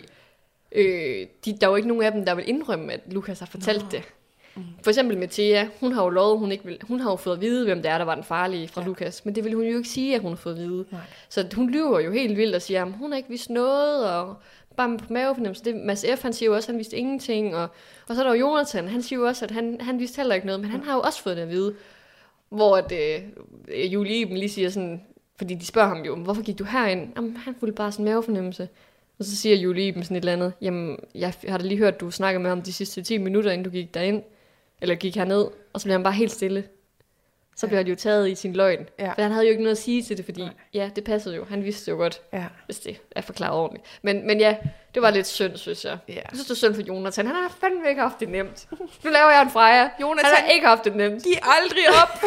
øh, de, der er jo ikke nogen af dem, der vil indrømme, at Lukas har fortalt Nå. det. Mm. For eksempel med Thea, hun har jo lovet, hun ikke vil, hun har jo fået at vide, hvem det er, der var den farlige fra ja. Lukas, men det ville hun jo ikke sige, at hun har fået at vide. Nej. Så hun lyver jo helt vildt og siger, at hun har ikke vidst noget, og bare på mavefornemmelse. Det, Mads F., han siger jo også, at han vidste ingenting. Og, og så er der jo Jonathan, han siger jo også, at han, han vidste heller ikke noget, men han har jo også fået det at vide. Hvor at, øh, Julie Iben lige siger sådan, fordi de spørger ham jo, hvorfor gik du herind? Jamen, han fulgte bare sådan en mavefornemmelse. Og så siger Julie Iben sådan et eller andet, jamen, jeg har da lige hørt, du snakkede med ham de sidste ti minutter, inden du gik derind, eller gik herned, og så bliver han bare helt stille. Så bliver han jo taget i sin løgn. Ja. For han havde jo ikke noget at sige til det, fordi, Nej. ja, det passede jo. Han vidste jo godt, ja. hvis det er forklaret ordentligt. Men, men ja, det var lidt synd, synes jeg. Ja. Jeg synes, det er synd for Jonathan. Han har fandme ikke haft det nemt. Nu laver jeg en Freja. Jonathan, han har ikke haft det nemt. Giv aldrig op.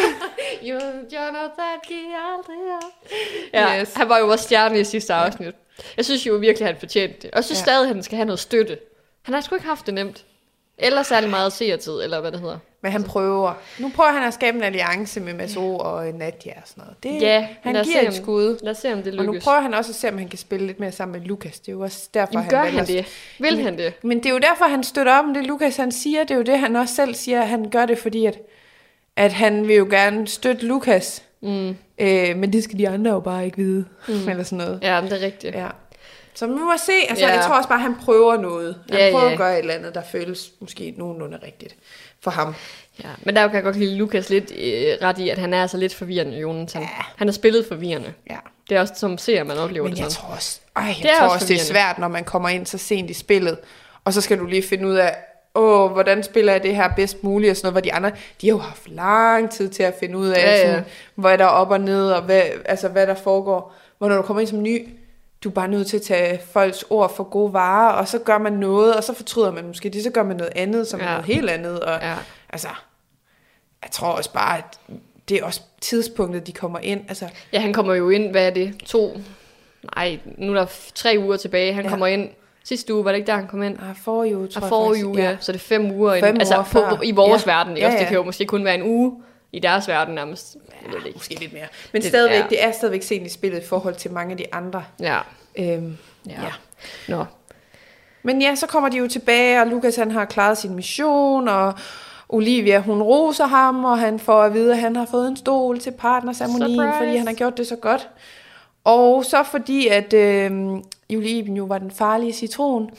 Jonathan, giv aldrig op. Ja, yes. Han var jo også stjerne i sidste afsnit. Ja. Jeg synes jo virkelig, at han fortjente det. Og jeg synes ja. stadig, at han skal have noget støtte. Han har sgu ikke haft det nemt. Eller særlig meget seertid, eller hvad det hedder. Men han prøver. Nu prøver han at skabe en alliance med Mads O og Nadia og sådan noget. Det, ja, han giver et skud. Lad os se, om det lykkes. Og nu prøver han også at se, om han kan spille lidt mere sammen med Lukas. Det er jo også derfor, Jamen, han gør valger. han det? Vil men, han det? Men det er jo derfor, han støtter op om det, Lukas han siger. Det er jo det, han også selv siger. Han gør det, fordi at, at han vil jo gerne støtte Lukas. Mm. Øh, men det skal de andre jo bare ikke vide. Mm. Eller sådan noget. Ja, men det er rigtigt. Ja. Så vi må se, altså ja. jeg tror også bare, at han prøver noget. Han ja, prøver ja. at gøre et eller andet, der føles måske nogenlunde rigtigt for ham. Ja, men der kan jeg godt lide Lukas lidt øh, ret i, at han er altså lidt forvirrende, Jonathan. Ja. Han har spillet forvirrende. Ja. Det er også som ser, man oplever men det sådan. Men jeg tror også, ej, jeg det tror også, også det er svært, når man kommer ind så sent i spillet, og så skal du lige finde ud af, åh, hvordan spiller jeg det her bedst muligt, og sådan noget, hvor de andre, de har jo haft lang tid til at finde ud af, ja, ja. Sådan, hvad der er op og ned, og hvad, altså, hvad der foregår. Hvor når du kommer ind som ny, du er bare nødt til at tage folks ord for gode varer, og så gør man noget, og så fortryder man måske det, så gør man noget andet, som ja. er noget helt andet. Og, ja. Altså, jeg tror også bare, at det er også tidspunktet, de kommer ind. Altså, ja, han kommer jo ind, hvad er det, to, nej, nu er der tre uger tilbage, han ja. kommer ind. Sidste uge, var det ikke der, han kom ind? Nej, forrige uge, tror jeg forrige uge, ja. ja. Så det er fem uger. Fem ind. Altså, på, på, i vores ja. verden. Ja, ja. Det kan jo måske kun være en uge i deres verden nærmest. Ja, måske lidt mere. Men det, stadigvæk, ja. det er stadigvæk sent i spillet i forhold til mange af de andre. Ja. Øhm, ja. ja. Nå. Men ja, så kommer de jo tilbage, og Lukas han har klaret sin mission, og Olivia hun roser ham, og han får at vide, at han har fået en stol til partnerceremonien, fordi han har gjort det så godt. Og så fordi, at øh, Julie Iben jo var den farlige citron.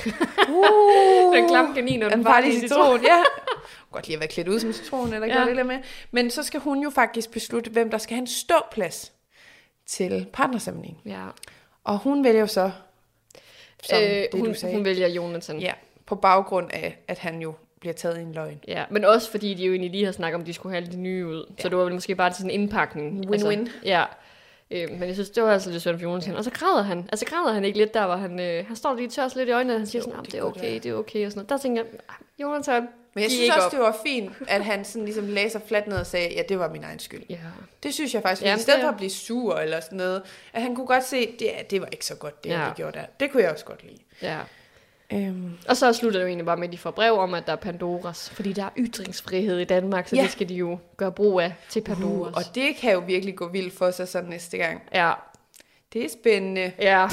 Uh, den klamme kanin og den, den farlige citron. citron. Ja. Godt lige at være klædt ud som citron, eller ja. det med. Men så skal hun jo faktisk beslutte, hvem der skal have en ståplads til partnerceremonien. Ja. Og hun vælger jo så, som øh, det hun, du sagde. Hun vælger Jonathan. Ja, på baggrund af, at han jo bliver taget i en løgn. Ja, men også fordi de jo egentlig lige har snakket om, at de skulle have lidt nye ud. Ja. Så det var vel måske bare til sådan en indpakning. Win-win. Altså, ja. Øh, men jeg synes, det var altså lidt svært for Jonathan. Og så græder han. Altså græder han ikke lidt der, hvor han, øh, han står lige tørs lidt i øjnene, og han siger jo, sådan, det er okay, det er okay, og sådan noget. Der tænker jeg, Jonathan, men jeg synes også, op. det var fint, at han sådan ligesom læser fladt ned og sagde, ja, det var min egen skyld. Ja. Det synes jeg faktisk, ja, i stedet for at blive sur eller sådan noget, at han kunne godt se, det, det var ikke så godt, det ja. jeg gjorde der. Det kunne jeg også godt lide. Ja. Øhm. Og så slutter det jo egentlig bare med, at de får brev om, at der er Pandoras. Fordi der er ytringsfrihed i Danmark, så ja. det skal de jo gøre brug af til Pandoras. Uh, og det kan jo virkelig gå vildt for sig sådan næste gang. Ja. Det er spændende. Ja.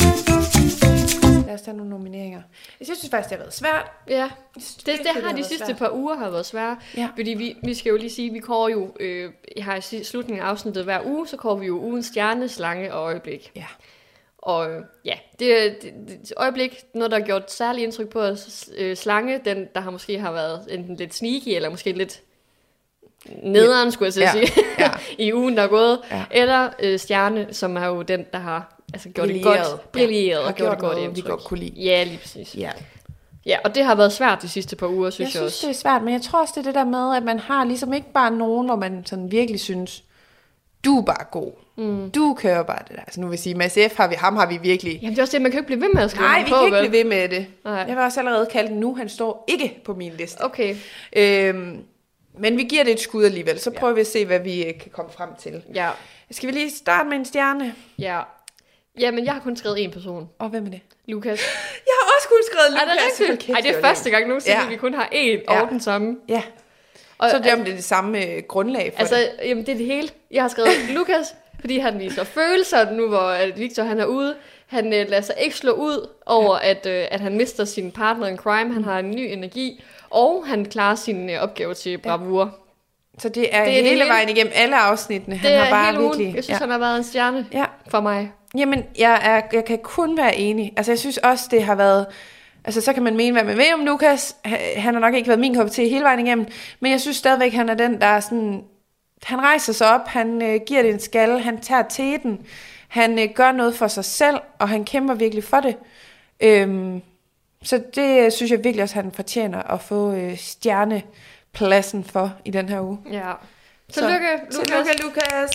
Lad os tage nogle nomineringer. Jeg synes faktisk, det har været svært. Ja, det, det, det har de sidste svært. par uger har været svære. Ja. Fordi vi, vi skal jo lige sige, vi kårer jo, øh, jeg har i slutningen af afsnittet hver uge, så kårer vi jo ugens stjerne, slange og øjeblik. Ja. Og ja, det, det, det øjeblik, noget der har gjort særlig indtryk på os, øh, slange, den der har måske har været enten lidt sneaky, eller måske lidt nederen, skulle jeg til at ja. sige, ja. i ugen, der er gået. Ja. Eller øh, stjerne, som er jo den, der har altså, gjort det godt, brilleret ja. og gjort det godt indtryk. Vi godt kunne lide. Ja, lige præcis. Ja. Ja, og det har været svært de sidste par uger, synes jeg, jeg også. Jeg synes, det er svært, men jeg tror også, det er det der med, at man har ligesom ikke bare nogen, hvor man sådan virkelig synes, du er bare god. Mm. Du kører bare det der. Altså nu vil jeg sige, Mads F. har vi, ham har vi virkelig... Jamen det er også det, man kan ikke blive ved med at skrive Nej, vi på, kan ikke vel? blive ved med det. Nej. Jeg vil også allerede kalde den nu, han står ikke på min liste. Okay. Øhm, men vi giver det et skud alligevel, så prøver ja. vi at se, hvad vi kan komme frem til. Ja. Skal vi lige starte med en stjerne? Ja. Jamen, jeg har kun skrevet en person. Og hvem er det? Lukas. Jeg har også kun skrevet Lukas. Er det rigtigt? Okay, Ej, det er første gang nogensinde, ja. vi kun har en ja. og den samme. Ja. Og, så er det om det er det samme øh, grundlag for altså, det. Altså, jamen det er det hele. Jeg har skrevet Lukas, fordi han viser følelser nu, hvor Victor han er ude. Han øh, lader sig ikke slå ud over, ja. at, øh, at han mister sin partner in crime. Han har en ny energi, og han klarer sin øh, opgave til bravur. Ja. Så det er, det er hele det vejen igennem alle afsnittene. Han det har bare hele virkelig... ugen. Jeg synes, ja. han har været en stjerne. Ja, for mig. Jamen, jeg, er, jeg kan kun være enig. Altså, jeg synes også, det har været... Altså, så kan man mene, hvad man vil om Lukas. Han har nok ikke været min kop te hele vejen igennem. Men jeg synes stadigvæk, han er den, der er sådan... Han rejser sig op, han øh, giver det en skalle, han tager teten. Han øh, gør noget for sig selv, og han kæmper virkelig for det. Øhm, så det synes jeg virkelig også, han fortjener at få øh, stjernepladsen for i den her uge. Ja. Tillykke, så, Lukas. Tillykke, Lukas.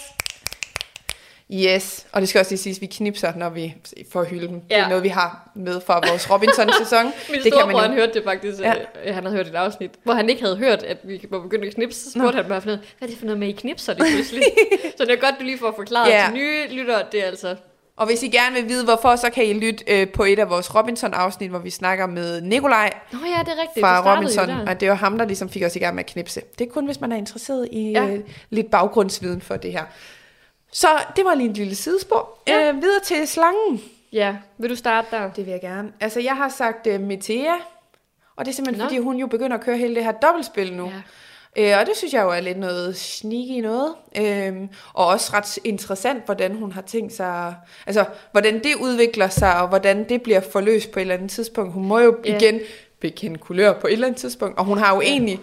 Yes, og det skal også lige siges, at vi knipser, når vi får hylde dem. Ja. Det er noget, vi har med fra vores Robinson-sæson. Min storebror, han hørte det faktisk. Ja. Øh, han havde hørt et afsnit, hvor han ikke havde hørt, at vi var begyndt at knipse. Så spurgte han bare, hvad er det for noget med, I knipser det pludselig? Så det er godt, du lige får forklaret ja. til nye lyttere, det er altså... Og hvis I gerne vil vide, hvorfor, så kan I lytte øh, på et af vores Robinson-afsnit, hvor vi snakker med Nikolaj. Nå ja, det er rigtigt. Fra Robinson, og det var ham, der ligesom fik os i gang med at knipse. Det er kun, hvis man er interesseret i ja. øh, lidt baggrundsviden for det her. Så det var lige en lille sidespor. Ja. Øh, videre til slangen. Ja, vil du starte der? Det vil jeg gerne. Altså, jeg har sagt uh, Metea, og det er simpelthen, Nå. fordi hun jo begynder at køre hele det her dobbeltspil nu. Ja. Øh, og det synes jeg jo er lidt noget sneaky noget. Øh, og også ret interessant, hvordan hun har tænkt sig... Altså, hvordan det udvikler sig, og hvordan det bliver forløst på et eller andet tidspunkt. Hun må jo ja. igen bekende kulør på et eller andet tidspunkt. Og hun har jo ja. egentlig...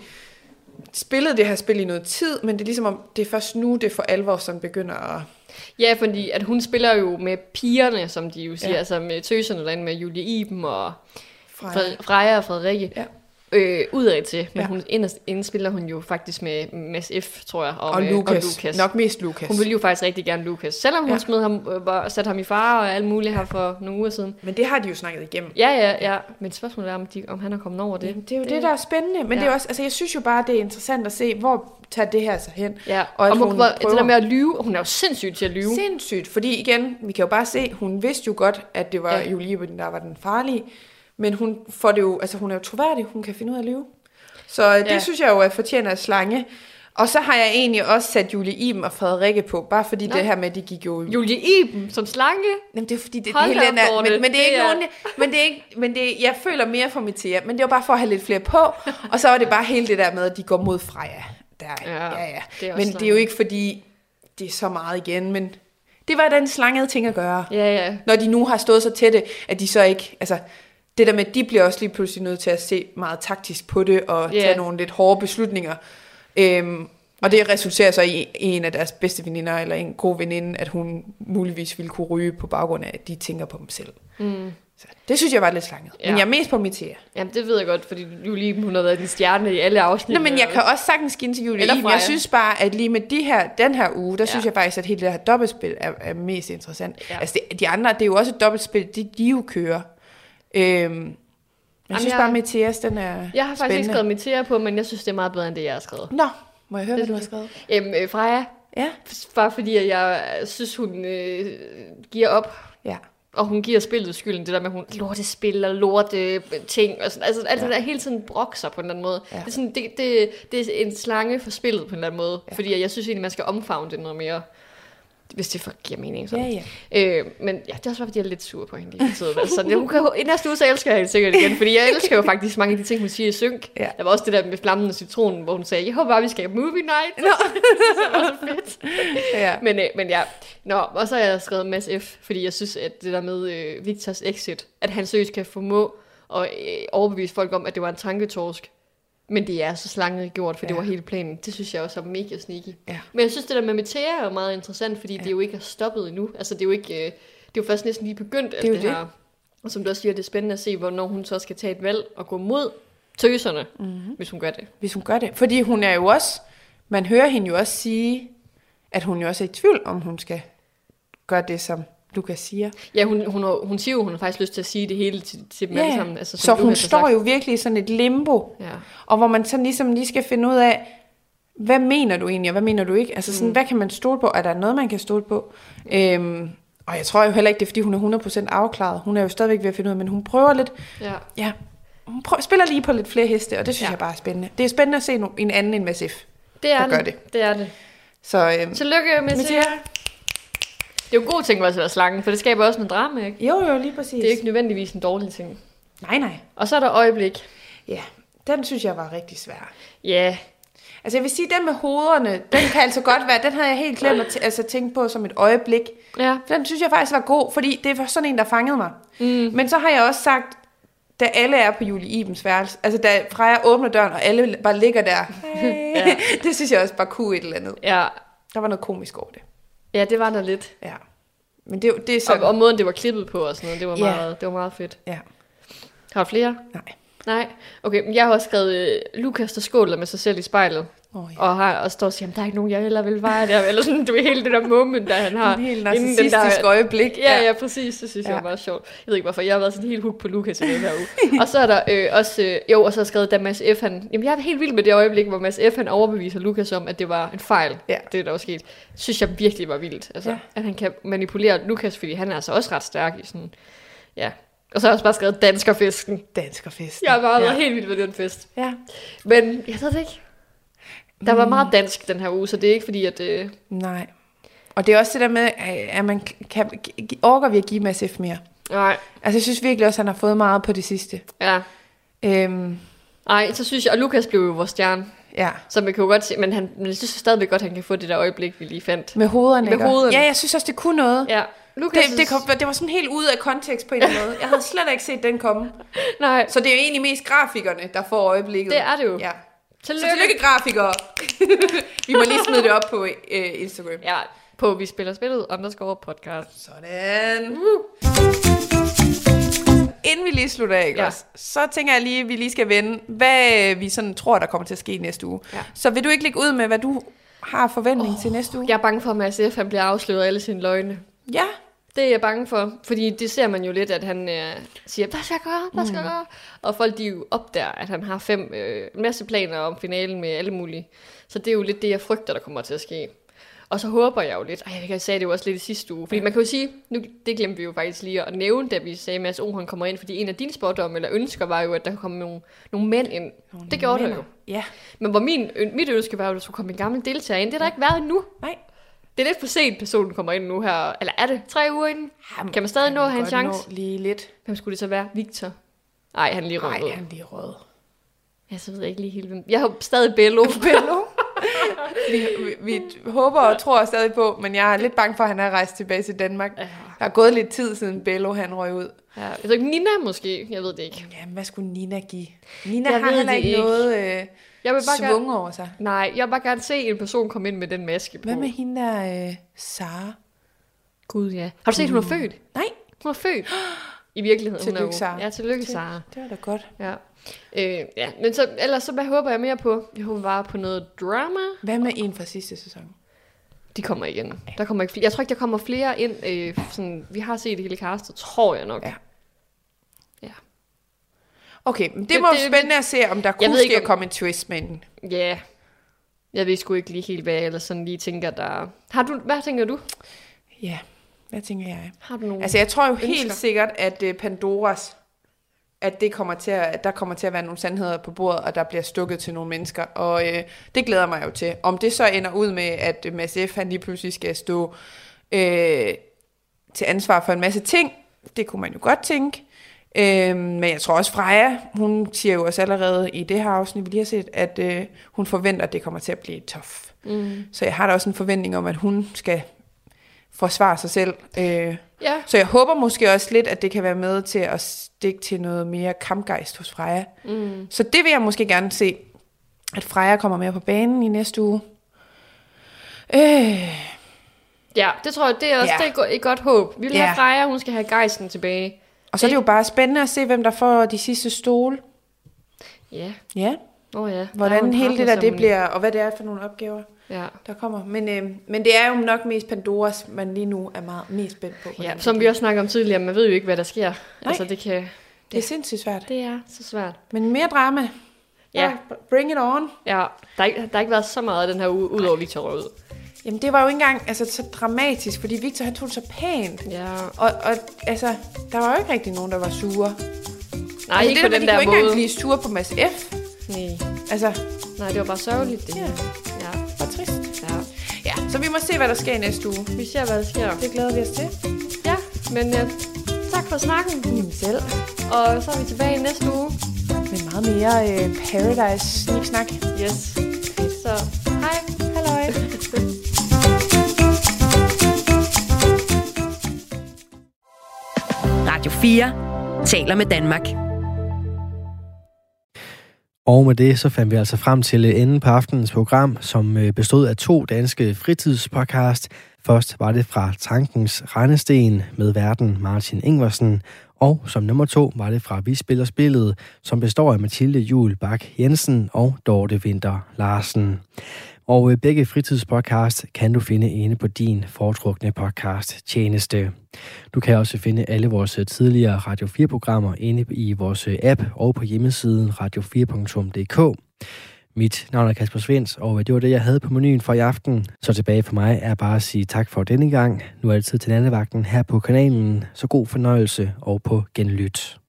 spillet det her spil i noget tid, men det er ligesom om, det er først nu, det for alvor, som begynder at... Ja, fordi at hun spiller jo med pigerne, som de jo siger, ja. altså med tøserne derinde, med Julie Iben og Freja, Freja og Frederikke. Ja. Øh, udad til, men ja. hun inderst, inden spiller hun jo faktisk med Mads F, tror jeg, og, og, med, Lukas. og Lukas. Nok mest Lukas. Hun ville jo faktisk rigtig gerne Lukas, selvom hun ja. smed ham, øh, satte ham i fare og alt muligt her for nogle uger siden. Men det har de jo snakket igennem. Ja, ja, ja. Men spørgsmålet er, om, de, om han er kommet over det. Ja, det er jo det, det, der er spændende, men ja. det er også, altså jeg synes jo bare, det er interessant at se, hvor tager det her sig hen. Ja, og, og hun, det der med at lyve, hun er jo sindssygt til at lyve. Sindssygt, fordi igen, vi kan jo bare se, hun vidste jo godt, at det var ja. Julie, der var den farlige, men hun får det jo, altså hun er jo troværdig, hun kan finde ud af at lyve. Så det ja. synes jeg jo er fortjener af slange. Og så har jeg egentlig også sat Julie Iben og Frederikke på, bare fordi Nå. det her med, at de gik jo... Julie Iben som slange? Jamen det er fordi, det, det hele den er... Men, men det er ikke nogen... Men det er ikke... Men det, jeg føler mere for Metea, men det var bare for at have lidt flere på. Og så var det bare hele det der med, at de går mod Freja. Der, ja, ja, ja. Det men det er jo ikke fordi, det er så meget igen, men det var den slangede ting at gøre. Ja, ja. Når de nu har stået så tætte, at de så ikke... Altså, det der med, at de bliver også lige pludselig nødt til at se meget taktisk på det, og yeah. tage nogle lidt hårde beslutninger. Øhm, og det resulterer så i en af deres bedste veninder, eller en god veninde, at hun muligvis ville kunne ryge på baggrund af, at de tænker på dem selv. Mm. Så det synes jeg var lidt slanget. Ja. Men jeg er mest på Metea. Jamen det ved jeg godt, fordi Julie hun har været din stjerne i alle afsnit. Nå, men jeg kan også sagtens skinne til Julie Iben. Jeg synes bare, at lige med de her, den her uge, der ja. synes jeg faktisk, at hele det her dobbeltspil er, er mest interessant. Ja. Altså det, de andre, det er jo også et dobbeltspil, de, de jo kører. Øhm, jeg Jamen, synes jeg, bare, Meteas, den er Jeg har spændende. faktisk ikke skrevet Metea på, men jeg synes, det er meget bedre, end det, jeg har skrevet. Nå, må jeg høre, det, hvad du har skrevet? Øhm, øh, Freja. Ja. Bare fordi, at jeg synes, hun øh, giver op. Ja. Og hun giver spillet skylden, det der med, at hun lorte spil og lorte ting. Og sådan, altså alt ja. det der hele tiden brokser på en eller anden måde. Ja. Det, er sådan, det, det, det er en slange for spillet på en eller anden måde. Ja. Fordi jeg synes egentlig, man skal omfavne det noget mere. Hvis det for, giver mening. Sådan. Ja, ja. Øh, men ja, det er også bare, fordi jeg er lidt sur på hende lige for tiden. Altså, hun kan, i næste uge, så elsker jeg hende sikkert igen. Fordi jeg elsker jo faktisk mange af de ting, hun siger i synk. Ja. Der var også det der med flammen og citronen, hvor hun sagde, jeg håber bare, vi skal have movie night. Nå. Det var så fedt. Ja. Men, øh, men ja, Nå, og så har jeg skrevet Mads F, fordi jeg synes, at det der med øh, Victors exit, at han seriøst kan formå at øh, overbevise folk om, at det var en tanketorsk. Men det er så slanget gjort, for ja. det var hele planen. Det synes jeg også er mega sneaky. Ja. Men jeg synes, det der med Metea er meget interessant, fordi ja. det jo ikke er stoppet endnu. Altså, det er jo ikke, det er jo først næsten lige begyndt, alt det, det her. Det. Og som du også siger, det er spændende at se, hvornår hun så skal tage et valg og gå mod tøserne, mm-hmm. hvis hun gør det. Hvis hun gør det. Fordi hun er jo også, man hører hende jo også sige, at hun jo også er i tvivl, om hun skal gøre det, som Lukas siger. Ja, hun, hun, hun siger jo, hun har faktisk lyst til at sige det hele til, til dem ja. alle sammen. Altså, så hun står jo virkelig i sådan et limbo, ja. og hvor man sådan ligesom lige skal finde ud af, hvad mener du egentlig, og hvad mener du ikke? Altså sådan, mm. hvad kan man stole på? Er der noget, man kan stole på? Mm. Øhm, og jeg tror jo heller ikke, det er, fordi hun er hundrede procent afklaret. Hun er jo stadigvæk ved at finde ud af, men hun prøver lidt. Ja. ja hun prøver, spiller lige på lidt flere heste, og det synes ja. jeg bare er spændende. Det er spændende at se no, en anden end Mads F, det er der det. gør det. Det er det. Så, øhm, Tillykke med det. Det er jo en god ting at være slangen, for det skaber også noget drama, ikke? Jo, jo, lige præcis. Det er ikke nødvendigvis en dårlig ting. Nej, nej. Og så er der øjeblik. Ja, den synes jeg var rigtig svær. Ja. Altså jeg vil sige, den med hovederne, den kan altså godt være, den havde jeg helt glemt at t- altså, tænke på som et øjeblik. Ja. Den synes jeg faktisk var god, fordi det var sådan en, der fangede mig. Mm. Men så har jeg også sagt, da alle er på Julie Ibens værelse, altså da Freja åbner døren, og alle bare ligger der, hey. Ja. Det synes jeg også bare kunne et eller andet. Ja. Der var noget komisk over det. Ja, det var der lidt. Ja. Men det, det er sådan... Og, og måden, det var klippet på og sådan noget, det var, Ja. meget, det var meget fedt. Ja. Har du flere? Nej. Nej? Okay, men jeg har også skrevet øh, Lukas, der skåler med sig selv i spejlet. Oh, ja. Og, har, og står og siger, der er ikke nogen, jeg heller vil veje der. Eller sådan, du er hele det der moment, der han har. En helt inden den narcissistisk der, øjeblik. Ja, ja, præcis. Det synes ja. jeg var meget sjovt. Jeg ved ikke, hvorfor jeg har været sådan helt hooked på Lukas i den her uge. Og så er der øh, også, øh, jo, og så har jeg skrevet, da Mads F. han, jamen jeg er helt vild med det øjeblik, hvor Mads F. han overbeviser Lukas om, at det var en fejl. Ja. Det der var sket. Synes jeg virkelig var vildt. Altså, Ja. at han kan manipulere Lukas, fordi han er altså også ret stærk i sådan, ja. Og så har jeg også bare skrevet danskerfesten. Danskerfesten. Jeg har bare været ja. helt vild med den fest. Ja. Men jeg ved det ikke. Der var meget dansk den her uge, så det er ikke fordi, at... Øh... Nej. Og det er også det der med, at man kan, orker vi at give Mads F. mere. Nej. Altså jeg synes virkelig også, at han har fået meget på det sidste. Ja. Øhm, Nej, så synes jeg... Og Lukas blev jo vores stjerne. ja. Så man kan jo godt se... Men, han, men jeg synes stadigvæk godt, at han kan få det der øjeblik, vi lige fandt. Med hovederne, Med ikke? hovederne. Ja, jeg synes også, det kunne noget. Ja. Lukas... Det, det, kom, det var sådan helt ude af kontekst på en eller anden måde. Jeg havde slet ikke set den komme. Nej. Så det er jo egentlig mest grafikerne, der får øjeblikket. Det er det jo. Ja. Tillykke. Så tillykke grafikere. Vi må lige smide det op på øh, Instagram. Ja, på Vi Spiller Spillet, underscore podcast. Sådan. Inden vi lige slutter af, ikke Ja. også, så tænker jeg lige, at vi lige skal vende, hvad vi sådan tror, der kommer til at ske næste uge. Ja. Så vil du ikke lægge ud med, hvad du har forventning oh, til næste uge? Jeg er bange for, at Mads F. han bliver afsløret af alle sine løgne. Ja. Det er jeg bange for, fordi det ser man jo lidt, at han øh, siger, hvad skal jeg gøre, hvad skal jeg gøre? Og folk de jo opdager, at han har fem øh, en masse planer om finalen med alle mulige. Så det er jo lidt det, jeg frygter, der kommer til at ske. Og så håber jeg jo lidt, og jeg sagde det jo også lidt i sidste uge, fordi man kan jo sige, nu, det glemte vi jo faktisk lige at nævne, da vi sagde, at Mads O. han kommer ind, fordi en af dine spådomme eller ønsker var jo, at der kom nogle, nogle mænd ind. Nogle det gjorde der jo. Ja. Men hvor min, mit ønske var jo, at der skulle komme en gammel deltager ind, det har der ikke været endnu. Nej. Det er lidt for sent, personen kommer ind nu her. Eller er det tre uger inden? Jamen, kan man stadig nå at have en chance? Nå lige lidt. Hvem skulle det så være? Victor? Nej, han er lige rød. Nej, han er lige rød. Ja, så ved jeg ikke lige helt, hvem. Jeg har stadig Bello. Bello. vi, vi, vi håber og tror stadig på, men jeg er lidt bange for, at han er rejst tilbage til Danmark. Ja. Der er gået lidt tid siden Bello han røg ud. Ja, jeg ved ikke, Nina måske, jeg ved det ikke. Jamen, hvad skulle Nina give? Nina jeg har heller ikke, ikke noget øh, jeg vil bare svung gerne... over sig. Nej, jeg vil bare gerne se en person komme ind med den maske på. Hvad med hende der, øh, Sara? Gud, ja. Har du set, hun er født? Nej. Hun er født. I virkeligheden. Tillykke, hun er jo... Sara. Ja, tillykke, Sara. Det var da godt. Ja. Øh, ja, men så, ellers så hvad håber jeg mere på? Jeg håber bare på noget drama. Hvad med en fra sidste sæson? De kommer igen. Der kommer ikke flere. Jeg tror ikke, der kommer flere ind. Øh, sådan, vi har set det hele castet, tror jeg nok. Ja. Ja. Okay, men det, Det- må jo det- spændende at se, om der kunne ved ske ikke, at om- komme en twist med den. Ja. Jeg ved sgu ikke lige helt, hvad jeg ellers sådan lige tænker, der... Har du... Hvad tænker du? Ja, hvad tænker jeg? Har du nogle... Altså, jeg tror jo ønsker? helt sikkert, at uh, Pandoras, at, det kommer til at, at der kommer til at være nogle sandheder på bordet, og der bliver stukket til nogle mennesker. Og øh, det glæder mig jo til. Om det så ender ud med, at uh, Mads F. han lige pludselig skal stå øh, til ansvar for en masse ting, det kunne man jo godt tænke. Øh, men jeg tror også, Freja, hun siger jo også allerede i det her afsnit, vi lige har set, at øh, hun forventer, at det kommer til at blive tough. Mm. Så jeg har da også en forventning om, at hun skal forsvare sig selv. Øh, Ja. Så jeg håber måske også lidt, at det kan være med til at stikke til noget mere kampgejst hos Freja. Mm. Så det vil jeg måske gerne se, at Freja kommer mere på banen i næste uge. Øh, Ja, det tror jeg, det er også Ja. det er et go- et godt håb. Vi vil Ja. have Freja, hun skal have gejsten tilbage. og så er det jo bare spændende at se, hvem der får de sidste stole. Ja. Ja, Åh oh, ja. Der er jo hvordan en hele det der det partnerceremoni. bliver, og hvad det er for nogle opgaver, Ja. der kommer. Men, øh, men det er jo nok mest Pandoras, man lige nu er meget mest spændt på. Ja, hvordan som det vi også snakkede om tidligere, man ved jo ikke, hvad der sker. Nej. Altså, det kan... Det er sindssygt svært. Det er så svært. Men mere drama. Ja. Bring it on. Ja, der har ikke, der har ikke været så meget af den her uge, udover Victor rød. Jamen, det var jo ikke engang altså, så dramatisk, fordi Victor, han tog det så pænt. Ja. Og, og altså, der var jo ikke rigtig nogen, der var sure. Nej, altså, ikke det på der, den de der kunne ikke måde. engang blive sure på Mads F. Nej. Altså, Nej, det var bare sørgeligt, det Ja. her. Ja. det var trist. Ja. Ja, så vi må se, hvad der sker i næste uge. Vi ser, hvad der sker. Det glæder vi os til. Ja, men ja, tak for snakken. Jamen selv. Og så er vi tilbage i næste uge. Med meget mere øh, Paradise sniksnak. Yes. Fedt. Så hej. Halløj. Radio fire taler med Danmark. Og med det så fandt vi altså frem til enden på aftenens program, som bestod af to danske fritidspodcast. Først var det fra Tankens Rendesten med værten Martin Ingvarsen, og som nummer to var det fra Vi Spiller Spillet, som består af Mathilde Juel Bak Jensen og Dorte Winther Larsen. Og begge fritidspodcast kan du finde inde på din foretrukne podcast tjeneste. Du kan også finde alle vores tidligere Radio fire-programmer inde i vores app og på hjemmesiden radio fire punktum d k. Mit navn er Kasper Svens, og det var det, jeg havde på menuen for i aften. Så tilbage for mig er bare at sige tak for denne gang. Nu er det tid til nattevagten her på kanalen. Så god fornøjelse og på genlyt.